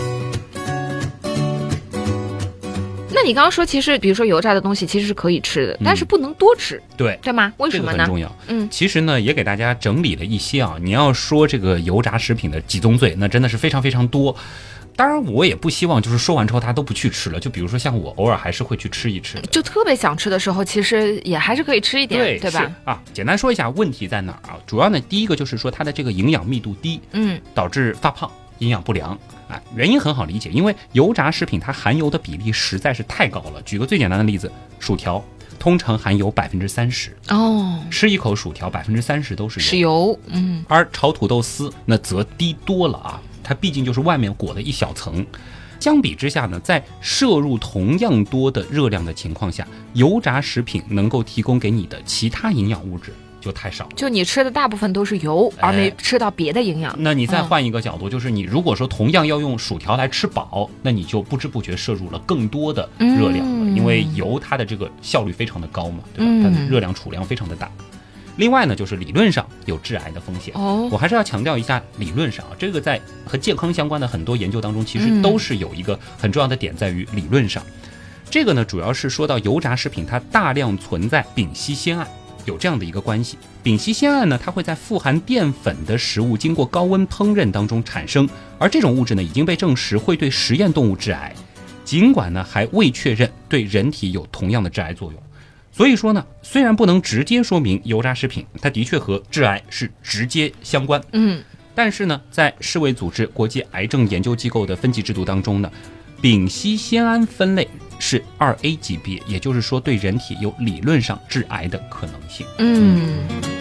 那你刚刚说，其实比如说油炸的东西其实是可以吃的，嗯、但是不能多吃， 对对吗？为什么呢？ 这个很重要。嗯，其实呢，也给大家整理了一些啊。你要说这个油炸食品的几宗罪，那真的是非常非常多。当然，我也不希望就是说完之后他都不去吃了。就比如说像我，偶尔还是会去吃一吃的， 就特别想吃的时候，其实也还是可以吃一点， 对， 对吧？ 啊，简单说一下问题在哪儿啊？主要呢，第一个就是说它的这个营养密度低，嗯，导致发胖。营养不良啊，原因很好理解，因为油炸食品它含油的比例实在是太高了。举个最简单的例子，薯条通常含有百分之三十哦，吃一口薯条百分之三十都是油， 是油，嗯， 而炒土豆丝那则低多了啊，它毕竟就是外面裹了一小层。相比之下呢，在摄入同样多的热量的情况下，油炸食品能够提供给你的其他营养物质就太少， 就你吃的大部分都是油，而没吃到别的营养。 那你再换一个角度、嗯，就是你如果说同样要用薯条来吃饱，那你就不知不觉摄入了更多的热量了，嗯、因为油它的这个效率非常的高嘛，对吧？它的热量储量非常的大。另外呢，就是理论上有致癌的风险。哦，我还是要强调一下，理论上啊，这个在和健康相关的很多研究当中，其实都是有一个很重要的点在于理论上。这个呢，主要是说到油炸食品它大量存在丙烯酰胺。 有这样的一个关系。丙烯酰胺呢，它会在富含淀粉的食物经过高温烹饪当中产生，而这种物质呢已经被证实会对实验动物致癌，尽管呢还未确认对人体有同样的致癌作用。所以说呢，虽然不能直接说明油炸食品它的确和致癌是直接相关， 嗯， 但是呢，在世卫组织国际癌症研究机构的分级制度当中呢，丙烯酰胺分类是二 A 级别，也就是说对人体有理论上致癌的可能性。 嗯。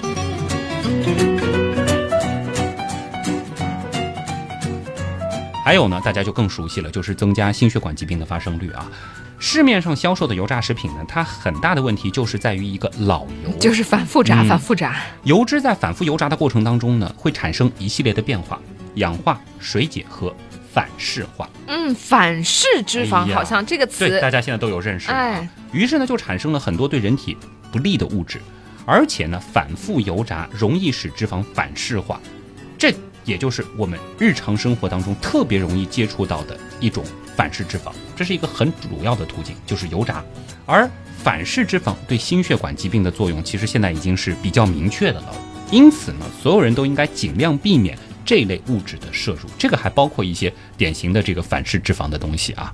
还有呢，大家就更熟悉了，就是增加心血管疾病的发生率啊。市面上销售的油炸食品呢，它很大的问题就是在于一个老油， 就是反复炸、嗯、反复炸。 油脂在反复油炸的过程当中呢，会产生一系列的变化，氧化、水解和反式化。 嗯，反式脂肪、哎、好像这个词对大家现在都有认识、啊哎、于是呢，就产生了很多对人体不利的物质，而且呢，反复油炸容易使脂肪反式化，这也就是我们日常生活当中特别容易接触到的一种反式脂肪，这是一个很主要的途径，就是油炸。而反式脂肪对心血管疾病的作用，其实现在已经是比较明确的了。因此呢，所有人都应该尽量避免这类物质的摄入，这个还包括一些典型的这个反式脂肪的东西啊。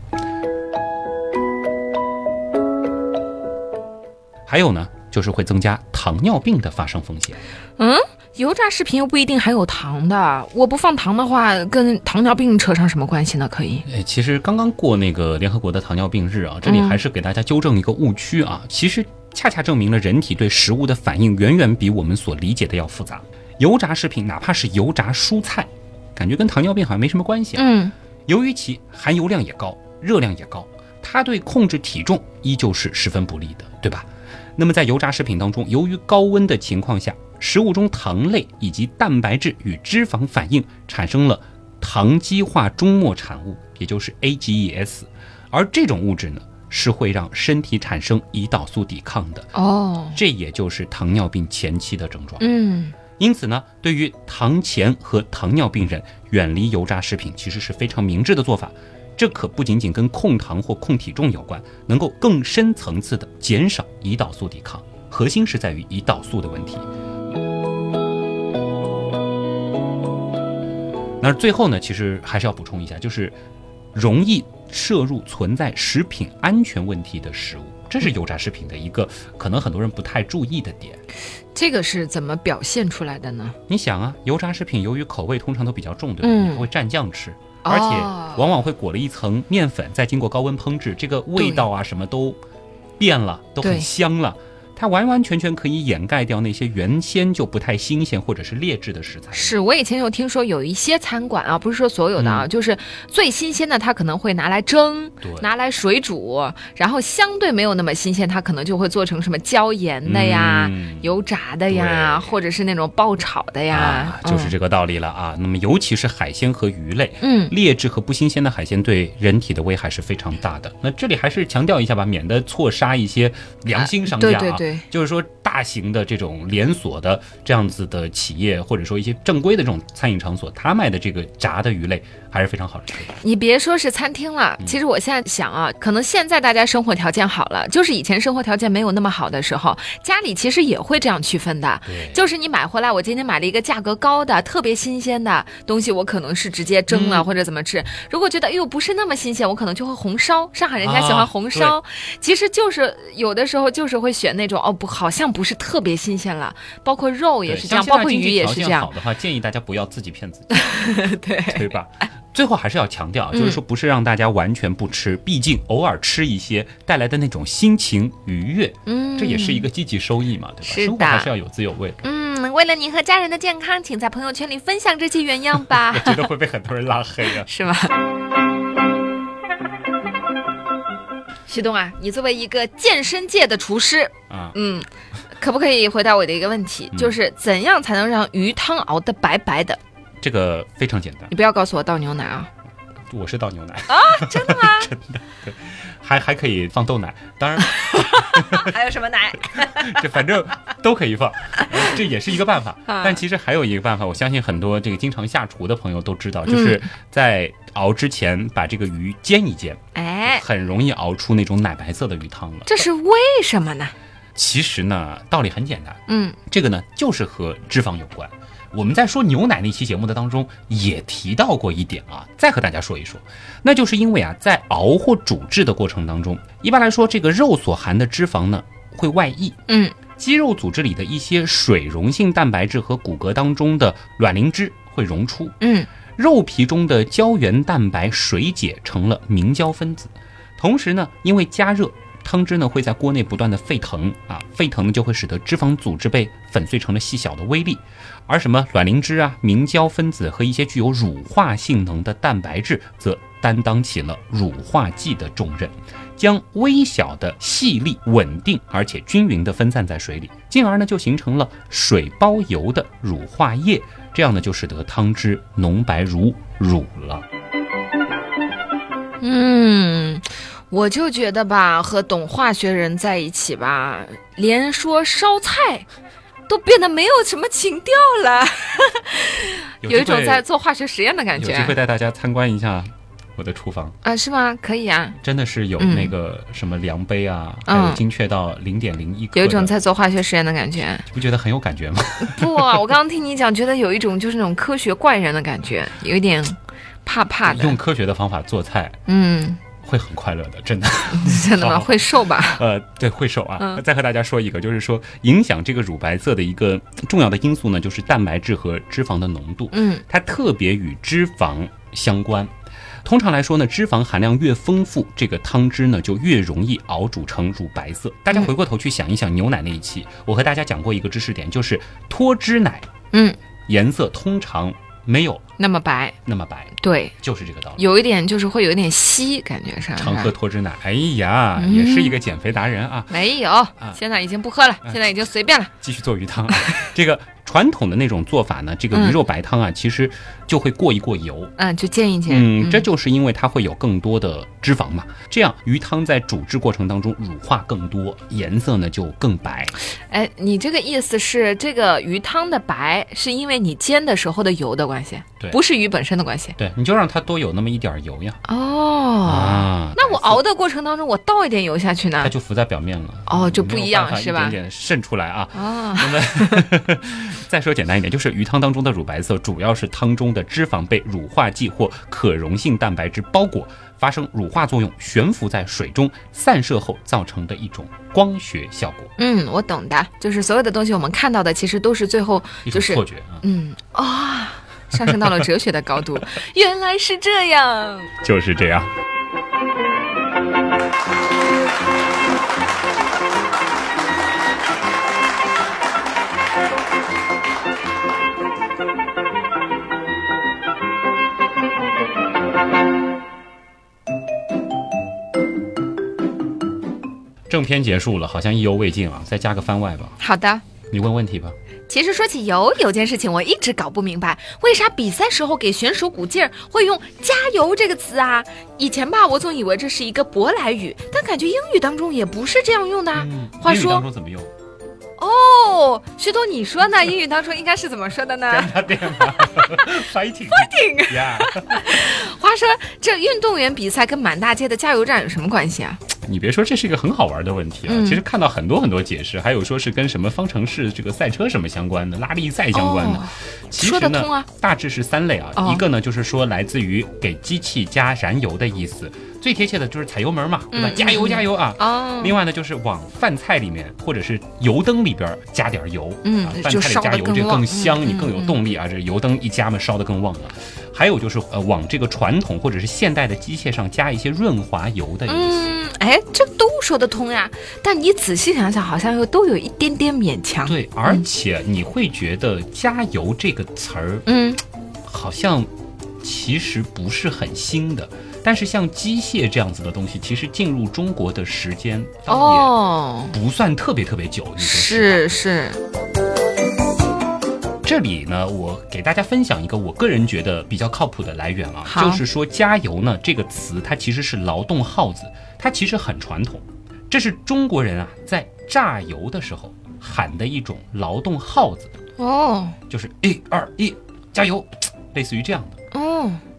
还有呢，就是会增加糖尿病的发生风险。 嗯，油炸食品又不一定含有糖的，我不放糖的话，跟糖尿病扯上什么关系呢？可以。 哎，其实刚刚过那个联合国的糖尿病日啊，这里还是给大家纠正一个误区啊。嗯、其实恰恰证明了人体对食物的反应远远比我们所理解的要复杂。油炸食品，哪怕是油炸蔬菜，感觉跟糖尿病好像没什么关系啊。 嗯， 由于其含油量也高，热量也高，它对控制体重依旧是十分不利的，对吧？那么在油炸食品当中，由于高温的情况下，食物中糖类以及蛋白质与脂肪反应，产生了糖基化终末产物，也就是 A G E S， 而这种物质呢，是会让身体产生胰岛素抵抗的。 哦， 这也就是糖尿病前期的症状。 嗯， 因此呢，对于糖前和糖尿病人，远离油炸食品其实是非常明智的做法。这可不仅仅跟控糖或控体重有关，能够更深层次的减少胰岛素抵抗，核心是在于胰岛素的问题。那最后呢，其实还是要补充一下，就是容易摄入存在食品安全问题的食物，这是油炸食品的一个可能很多人不太注意的点。 这个是怎么表现出来的呢？ 你想啊，油炸食品由于口味通常都比较重，对吧？嗯、你还会蘸酱吃，而且往往会裹了一层面粉，再经过高温烹制，这个味道啊什么都变了，都很香了。它完完全全可以掩盖掉那些原先就不太新鲜或者是劣质的食材。 是，我以前有听说有一些餐馆啊，不是说所有的啊，嗯、就是最新鲜的它可能会拿来蒸，拿来水煮，然后相对没有那么新鲜，它可能就会做成什么椒盐的呀、嗯、油炸的呀，或者是那种爆炒的呀、 啊，就是这个道理了啊。嗯、那么尤其是海鲜和鱼类， 嗯， 劣质和不新鲜的海鲜对人体的危害是非常大的。那这里还是强调一下吧，免得错杀一些良心商家啊。 啊对对对。 就是说大型的这种连锁的这样子的企业，或者说一些正规的这种餐饮场所，他卖的这个炸的鱼类还是非常好吃的。 你别说是餐厅了，其实我现在想啊，可能现在大家生活条件好了，就是以前生活条件没有那么好的时候，家里其实也会这样区分的。就是你买回来，我今天买了一个价格高的特别新鲜的东西，我可能是直接蒸了、嗯、或者怎么吃。如果觉得哎呦不是那么新鲜，我可能就会红烧，上海人家喜欢红烧、啊、其实就是有的时候就是会选那种哦不好像不是特别新鲜了，包括肉也是这样，包括鱼也是这样。 好的话，建议大家不要自己骗自己， 对对吧？最后还是要强调，就是说不是让大家完全不吃，嗯、毕竟偶尔吃一些带来的那种心情愉悦，嗯，这也是一个积极收益嘛，对吧？ 是的， 生活还是要有滋有味的。 嗯，为了您和家人的健康，请在朋友圈里分享这期原样吧。 我觉得会被很多人拉黑啊， 是吗？徐东啊，你作为一个健身界的厨师啊，嗯，可不可以回答我的一个问题，嗯、就是怎样才能让鱼汤熬得白白的？ 这个非常简单， 你不要告诉我倒牛奶啊！ 我是倒牛奶啊，真的吗？ 真的，对，还还可以放豆奶，当然还有什么奶？ 这反正都可以放，这也是一个办法。但其实还有一个办法，我相信很多这个经常下厨的朋友都知道，就是在熬之前把这个鱼煎一煎，哎，很容易熬出那种奶白色的鱼汤了。 这是为什么呢？ 其实呢，道理很简单， 嗯， 这个呢就是和脂肪有关。我们在说牛奶那期节目的当中也提到过一点啊，再和大家说一说，那就是因为啊，在熬或煮制的过程当中，一般来说这个肉所含的脂肪呢会外溢， 嗯， 肌肉组织里的一些水溶性蛋白质和骨骼当中的卵磷脂会溶出， 嗯， 肉皮中的胶原蛋白水解成了明胶分子，同时呢，因为加热，汤汁呢会在锅内不断的沸腾啊，沸腾呢就会使得脂肪组织被粉碎成了细小的微粒，而什么卵磷脂啊、明胶分子和一些具有乳化性能的蛋白质，则担当起了乳化剂的重任，将微小的细粒稳定而且均匀地分散在水里，进而呢就形成了水包油的乳化液，这样呢就使得汤汁浓白如乳了。 嗯。我就觉得吧，和懂化学人在一起吧，连说烧菜都变得没有什么情调了有一种在做化学实验的感觉。 有机会带大家参观一下我的厨房啊？是吗？可以啊，真的是有那个什么量杯啊、嗯、还有精确到零点零一克， 有一种在做化学实验的感觉。 你不觉得很有感觉吗？ 不啊，我刚刚听你讲，觉得有一种就是那种科学怪人的感觉，有一点怕怕的。 用科学的方法做菜， 嗯， 会很快乐的，真的。 真的吗？会瘦吧？ 呃，对，会瘦啊、嗯。再和大家说一个，就是说影响这个乳白色的一个重要的因素呢，就是蛋白质和脂肪的浓度。 嗯， 它特别与脂肪相关。通常来说呢，脂肪含量越丰富，这个汤汁呢就越容易熬煮成乳白色。大家回过头去想一想牛奶那一期，我和大家讲过一个知识点，就是脱脂奶， 嗯， 颜色通常没有那么白， 那么白， 对， 就是这个道理。 有一点就是会有一点稀，感觉上。 常喝脱脂奶，哎呀、嗯，也是一个减肥达人啊。 没有，啊、现在已经不喝了、啊，现在已经随便了， 继续做鱼汤。这个传统的那种做法呢，这个鱼肉白汤啊，嗯、其实就会过一过油， 嗯，就煎一煎。 嗯，这就是因为它会有更多的脂肪嘛，这样鱼汤在煮制过程当中乳化更多，颜色呢就更白。 哎，你这个意思是这个鱼汤的白是因为你煎的时候的油的关系， 对， 不是鱼本身的关系。 对，你就让它多有那么一点油呀。 哦， 啊， 那我熬的过程当中，我倒一点油下去呢， 它就浮在表面了。 哦，就不一样是吧？ 一点点渗出来啊。 啊， 那么再说简单一点，就是鱼汤当中的乳白色，主要是汤中的脂肪被乳化剂或可溶性蛋白质包裹，发生乳化作用，悬浮在水中，散射后造成的一种光学效果。 嗯，我懂的，就是所有的东西我们看到的，其实都是最后就是一种错觉啊。 嗯啊、哦，上升到了哲学的高度，原来是这样， 就是这样。正片结束了，好像意犹未尽啊，再加个番外吧。 好的， 你问问题吧。 其实说起油，有件事情我一直搞不明白，为啥比赛时候给选手鼓劲儿会用加油这个词啊？以前吧，我总以为这是一个舶来语，但感觉英语当中也不是这样用的。 嗯、 话说英语当中怎么用？ 哦，徐东，你说呢？英语当中应该是怎么说的呢 ？Fighting Fighting yeah 话说，这运动员比赛跟满大街的加油站有什么关系啊？ 你别说，这是一个很好玩的问题啊！ 嗯、 其实看到很多很多解释，还有说是跟什么方程式这个赛车什么相关的，拉力赛相关的。 哦、 其实呢， 说得通啊， 大致是三类啊、 哦。 一个呢就是说来自于给机器加燃油的意思，最贴切的就是踩油门嘛，对吧？ 嗯、 加油加油啊！ 哦。 另外呢，就是往饭菜里面或者是油灯里边加点油， 嗯， 啊、饭菜里加油这更香， 嗯、 你更有动力啊！这油灯一加嘛，烧得更旺了。还有就是呃，往这个传统或者是现代的机械上加一些润滑油的意思。 嗯，哎，这都说得通呀。但你仔细想想，好像又都有一点点勉强。 对，而且你会觉得“加油”这个词儿， 嗯， 好像其实不是很新的。但是像机械这样子的东西，其实进入中国的时间倒也不算特别特别久。 哦、是是。 这里呢，我给大家分享一个我个人觉得比较靠谱的来源啊，就是说加油呢这个词，它其实是劳动号子，它其实很传统，这是中国人啊在榨油的时候喊的一种劳动号子哦， 就是一二一加油，类似于这样的哦。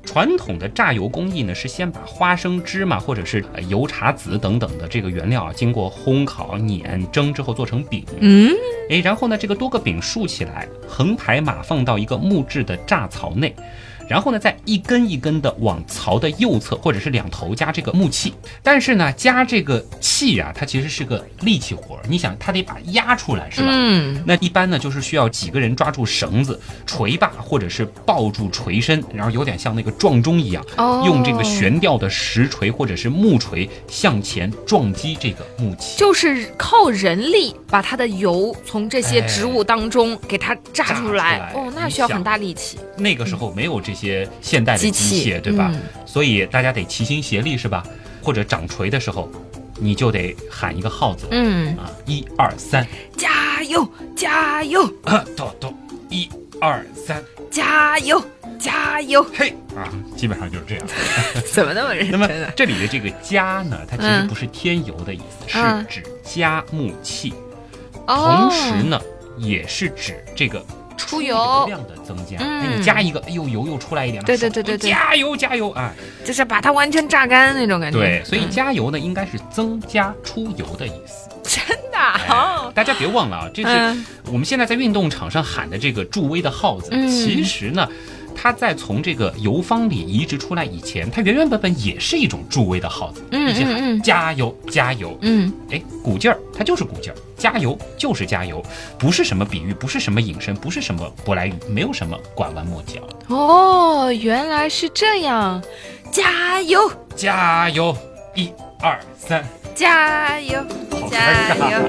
传统的榨油工艺呢，是先把花生芝麻或者是油茶籽等等的这个原料啊，经过烘烤、碾、蒸之后做成饼。 嗯， 哎，然后呢，这个多个饼竖起来，横排码放到一个木质的榨槽内。然后呢，再一根一根的往槽的右侧或者是两头加这个木器，但是呢，加这个器啊，它其实是个力气活，你想，它得把压出来，是吧？ 嗯， 那一般呢，就是需要几个人抓住绳子、锤把，或者是抱住锤身，然后有点像那个撞钟一样， 哦、 用这个悬吊的石锤或者是木锤向前撞击这个木器， 就是靠人力把它的油从这些植物当中给它榨出来。 哎、 哦，那需要很大力气。 那个时候没有这些。些现代的机械，对吧、嗯？所以大家得齐心协力，是吧？或者掌锤的时候，你就得喊一个号子， 嗯啊，一二三， 加油，加油！ 啊，咚咚，一二三， 加油，加油！ 嘿啊，基本上就是这样。 怎么那么认真、 啊？ 啊？ 那么这里的这个“加”呢，它其实不是添油的意思， 嗯、 是指加木器， 哦、 同时呢，也是指这个。 出油量的增加， 嗯、 那你加一个，哎呦，油又出来一点了， 对对对对对， 加油加油啊， 就是把它完全榨干那种感觉。 对，所以加油呢，应该是增加出油的意思。 真的、哦哎，大家别忘了啊，这是我们现在在运动场上喊的这个助威的号子， 嗯、 其实呢。它在从这个油坊里移植出来以前，它原原本本也是一种助威的号子， 嗯一起喊、 嗯嗯、 加油加油， 嗯， 哎，鼓劲儿它就是鼓劲儿，加油就是加油，不是什么比喻，不是什么引申，不是什么舶来语，没有什么拐弯抹角。 哦，原来是这样，加油加油，一二三， 加油加油。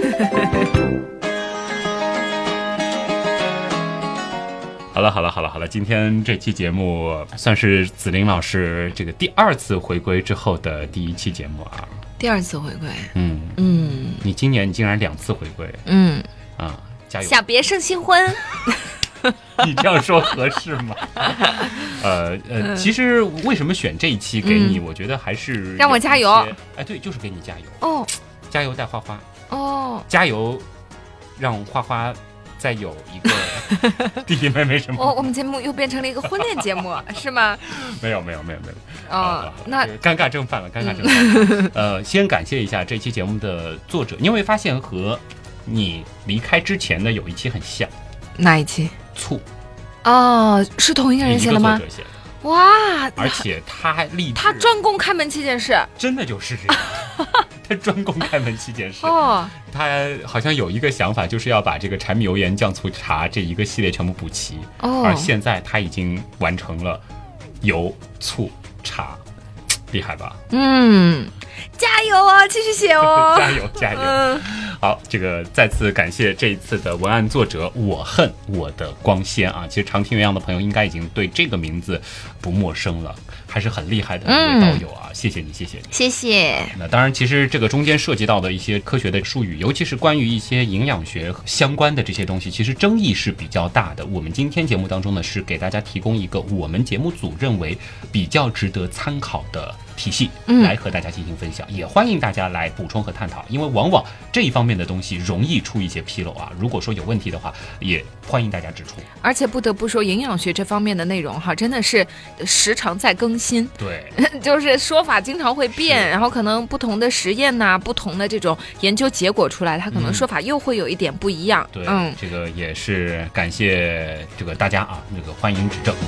好了好了好了好了，今天这期节目算是子玲老师这个第二次回归之后的第一期节目啊。 第二次回归， 嗯嗯， 你今年你竟然两次回归， 嗯啊，加油！ 小别胜新婚， 你这样说合适吗？呃呃，其实为什么选这一期给你？嗯、我觉得还是让我加油。 哎，对，就是给你加油哦， 加油带花花哦， 加油让花花。再有一个弟弟妹妹什么？ 哦，我们节目又变成了一个婚恋节目，是吗？ 没有没有没有没有。 哦，啊、那尴尬症犯了，尴尬症犯了。呃，先感谢一下这期节目的作者，你会发现和你离开之前的有一期很像。 哪一期？ 醋。 哦，是同一个人写的吗？ 一个作者写的。 哇！ 而且他还立志， 他专攻开门七件事， 真的就是这样。他专攻开门七件事哦， 他好像有一个想法，就是要把这个柴米油盐酱醋茶这一个系列全部补齐。 哦， 而现在他已经完成了油醋茶，厉害吧？ 嗯，加油哦，继续写哦， 加油加油！嗯、好，这个再次感谢这一次的文案作者，我恨我的光纤啊！其实常听原样的朋友应该已经对这个名字不陌生了。还是很厉害的一位导友啊、嗯！谢谢你，谢谢你， 谢谢。 那当然，其实这个中间涉及到的一些科学的术语，尤其是关于一些营养学相关的这些东西，其实争议是比较大的。我们今天节目当中呢，是给大家提供一个我们节目组认为比较值得参考的体系，来和大家进行分享、嗯。也欢迎大家来补充和探讨，因为往往这一方面的东西容易出一些纰漏啊。如果说有问题的话，也欢迎大家指出。 而且不得不说，营养学这方面的内容哈，真的是时常在更新。 对， 就是说法经常会变，然后可能不同的实验呐、啊，不同的这种研究结果出来，它可能说法又会有一点不一样。 对， 嗯， 这个也是感谢这个大家啊，这个欢迎指正。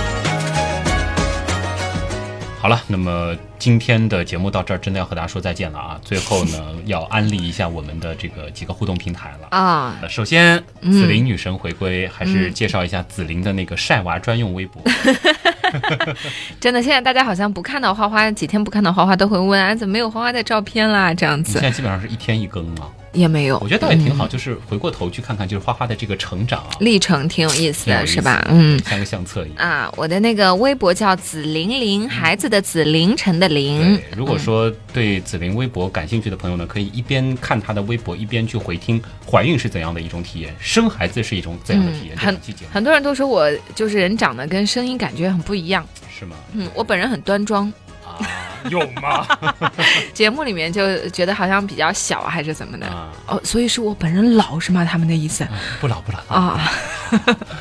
好了，那么今天的节目到这儿，真的要和大家说再见了啊！最后呢，要安利一下我们的这个几个互动平台了啊。 首先，紫菱女神回归，嗯、还是介绍一下紫菱的那个晒娃专用微博。 真的，现在大家好像不看到花花，几天不看到花花都会问啊，怎么没有花花的照片啦？这样子。 你现在基本上是一天一更吗？ 也没有， 我觉得倒也挺好、嗯，就是回过头去看看，就是花花的这个成长啊， 历程挺有意思的， 意思是吧？嗯， 像个相册一样啊。我的那个微博叫紫玲玲，孩子的紫，凌晨的凌。 对，如果说对紫菱微博感兴趣的朋友呢，可以一边看她的微博，一边去回听怀孕是怎样的一种体验，生孩子是一种怎样的体验。嗯、 很很多人都说我就是人长得跟声音感觉很不一样， 是吗？ 嗯，我本人很端庄。 啊，有吗？ 节目里面就觉得好像比较小还是怎么的、啊、哦，所以是我本人老是吗？他们的意思、 啊、不老不老啊。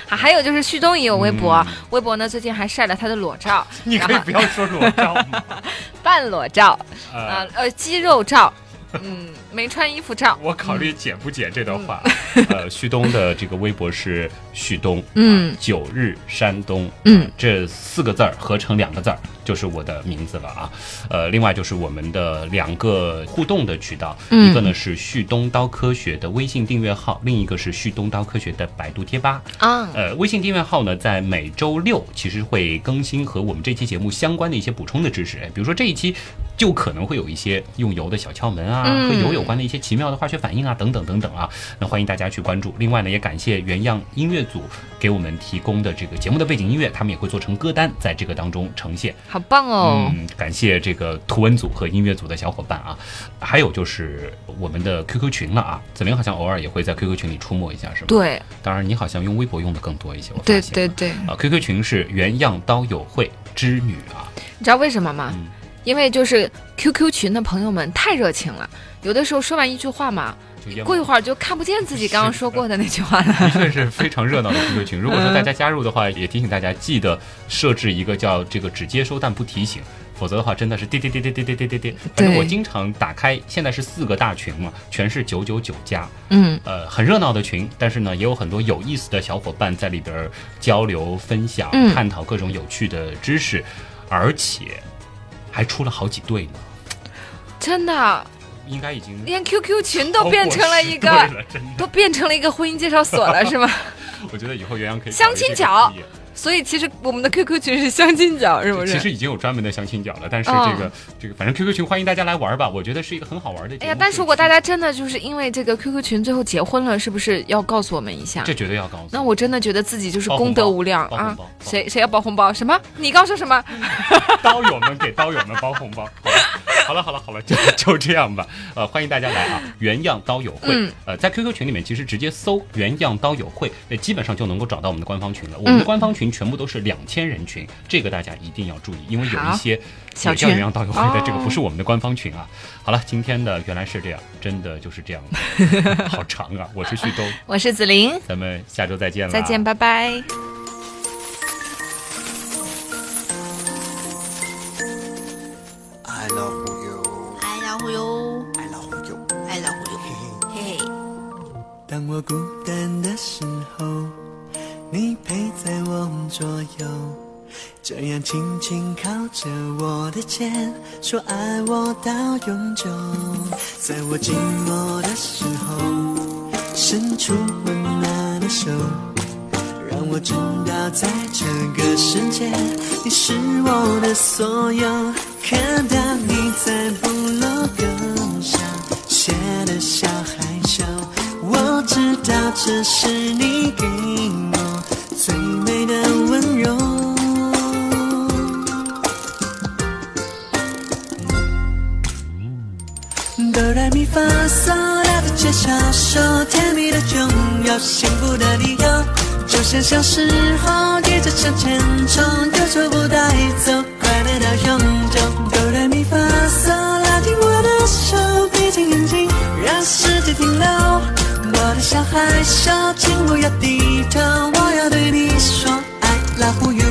啊，还有就是旭东也有微博，嗯、微博呢最近还晒了他的裸照。 你可以不要说裸照吗？ 半裸照，呃呃，肌肉照。嗯，没穿衣服照， 我考虑剪不剪这段话。嗯、呃，旭东的这个微博是旭东， 嗯， 啊、九日山东， 嗯、 呃，这四个字儿合成两个字儿就是我的名字了啊。呃，另外就是我们的两个互动的渠道， 嗯、 一个呢是旭东刀科学的微信订阅号，另一个是旭东刀科学的百度贴吧啊。 呃，微信订阅号呢，在每周六其实会更新和我们这期节目相关的一些补充的知识，比如说这一期就可能会有一些用油的小窍门啊。 嗯、 和油有关的一些奇妙的化学反应啊，等等等等啊，那欢迎大家去关注。另外呢，也感谢原样音乐组给我们提供的这个节目的背景音乐，他们也会做成歌单，在这个当中呈现。 好棒哦！ 嗯，感谢这个图文组和音乐组的小伙伴啊。还有就是我们的 Q Q 群了啊，子玲好像偶尔也会在 Q Q 群里出没一下，是吗？ 对。 当然，你好像用微博用的更多一些，我发对现。 对对。 啊 ，Q Q 群是原样刀友会织女啊。 你知道为什么吗？ 嗯、 因为就是 Q Q 群的朋友们太热情了。有的时候说完一句话嘛，过一会儿就看不见自己刚刚说过的那句话了。 的确是非常热闹的 Q Q 群。如果说大家加入的话，也提醒大家记得设置一个叫这个只接收但不提醒，否则的话真的是滴滴滴滴滴滴滴滴滴。反正我经常打开，现在是四个大群嘛，全是九九九加， 嗯， 呃，很热闹的群，但是呢，也有很多有意思的小伙伴在里边交流、分享、 嗯、 探讨各种有趣的知识，而且还出了好几对呢。 真的。 应该已经连 Q Q 群都变成了一个，都变成了一个婚姻介绍所了，是吗？ 我觉得以后原样可以相亲角，所以其实我们的 Q Q 群是相亲角，是不是？ 其实已经有专门的相亲角了，但是这个、哦、这个，反正 Q Q 群欢迎大家来玩吧，我觉得是一个很好玩的节目。 哎呀，但是如果大家真的就是因为这个 Q Q 群最后结婚了，是不是要告诉我们一下？ 这绝对要告诉。 那我真的觉得自己就是功德无量啊！谁谁要包红包？什么？你刚说什么？ 刀友们给刀友们包红包。好了好了好了，就就这样吧。呃，欢迎大家来啊！原样刀友会， 嗯、 呃，在 Q Q 群里面，其实直接搜“原样刀友会”，那基本上就能够找到我们的官方群了。我们的官方群全部都是两千人群，这个大家一定要注意，因为有一些也叫原样刀友会的，这个不是我们的官方群啊。好了，今天的原来是这样，真的就是这样的，好长啊！我是旭东， 我是子玲， 咱们下周再见了， 再见，拜拜。 I love you, I love you, I love you, I love you. 嘿嘿。当我孤单的时候，你陪在我左右，这样轻轻靠着我的肩，说爱我到永久。在我寂寞的时候，伸出温暖的手，让我知道在这个世界，你是我的所有。看到你在部落格上写的小害羞，我知道这是你给我最美的温柔。哆来咪发嗦拉的介绍说，甜蜜的拥有，幸福的理由，就像小时候一直向前冲，有错不带走，快乐到永久。哆来咪发嗦拉紧我的手，闭紧眼睛让世界停留。我的小害羞，请不要低头，我要对你说 I love you。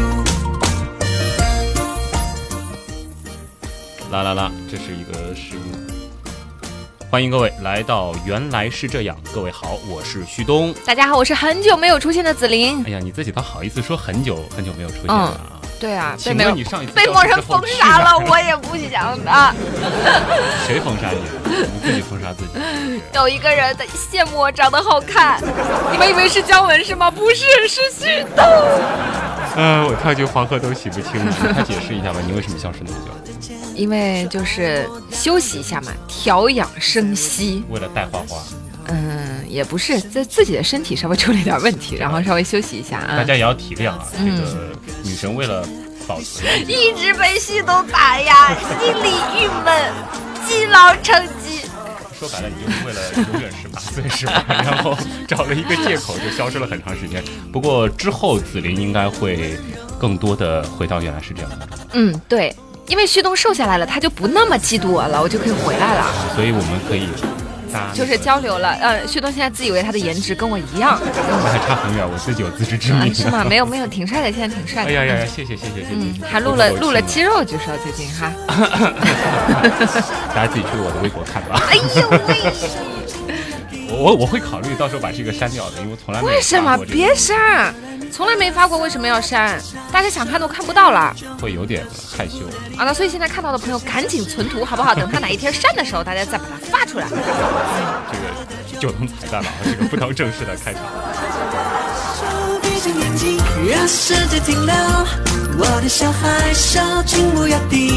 啦啦啦，这是一个失误。欢迎各位来到原来是这样，各位好，我是旭东。 大家好，我是很久没有出现的子玲。 哎呀，你自己倒好意思说很久很久没有出现了啊？ 嗯对啊， 请问你上一次被陌生封杀了，我也不想的。 谁封杀你？你自己封杀自己。 有一个人的羡慕我长得好看，你们以为是姜文是吗？不是，是旭东。 呃，我跳进黄河都洗不清了。他解释一下吧，你为什么消失那么久？ 因为就是休息一下嘛，调养生息。 为了带花花。 嗯，也不是，在自己的身体稍微出了点问题，然后稍微休息一下啊。 大家也要体谅啊，嗯、这个女神为了保存， 一直被旭东打压，心里郁闷，积劳成疾。 说白了，你就是为了永远十八岁是吧？然后找了一个借口就消失了很长时间。不过之后子玲应该会更多的回到原来是这样的。 嗯，对，因为旭东瘦下来了，他就不那么嫉妒我了，我就可以回来了。 所以我们可以就是交流了。呃，旭东现在自以为他的颜值跟我一样， 那还差很远，我自己有自知之明、 啊。是吗？没有没有，挺帅的，现在挺帅的。 哎呀呀呀，谢谢谢谢谢谢。嗯， 还录了录了肌肉，据说最近哈。 大家自己去我的微博看吧。 哎呦喂！ 我我会考虑到时候把这个删掉的，因为我从来没有发过、这个。 为什么别删？从来没发过，为什么要删？大家想看都看不到了， 会有点害羞啊。那所以现在看到的朋友赶紧存图，好不好？等他哪一天删的时候，大家再把它发出来。 这个就当彩蛋了，这个不当正式的开场。 闭着眼睛，让世界停留。我的小孩，手请不要停。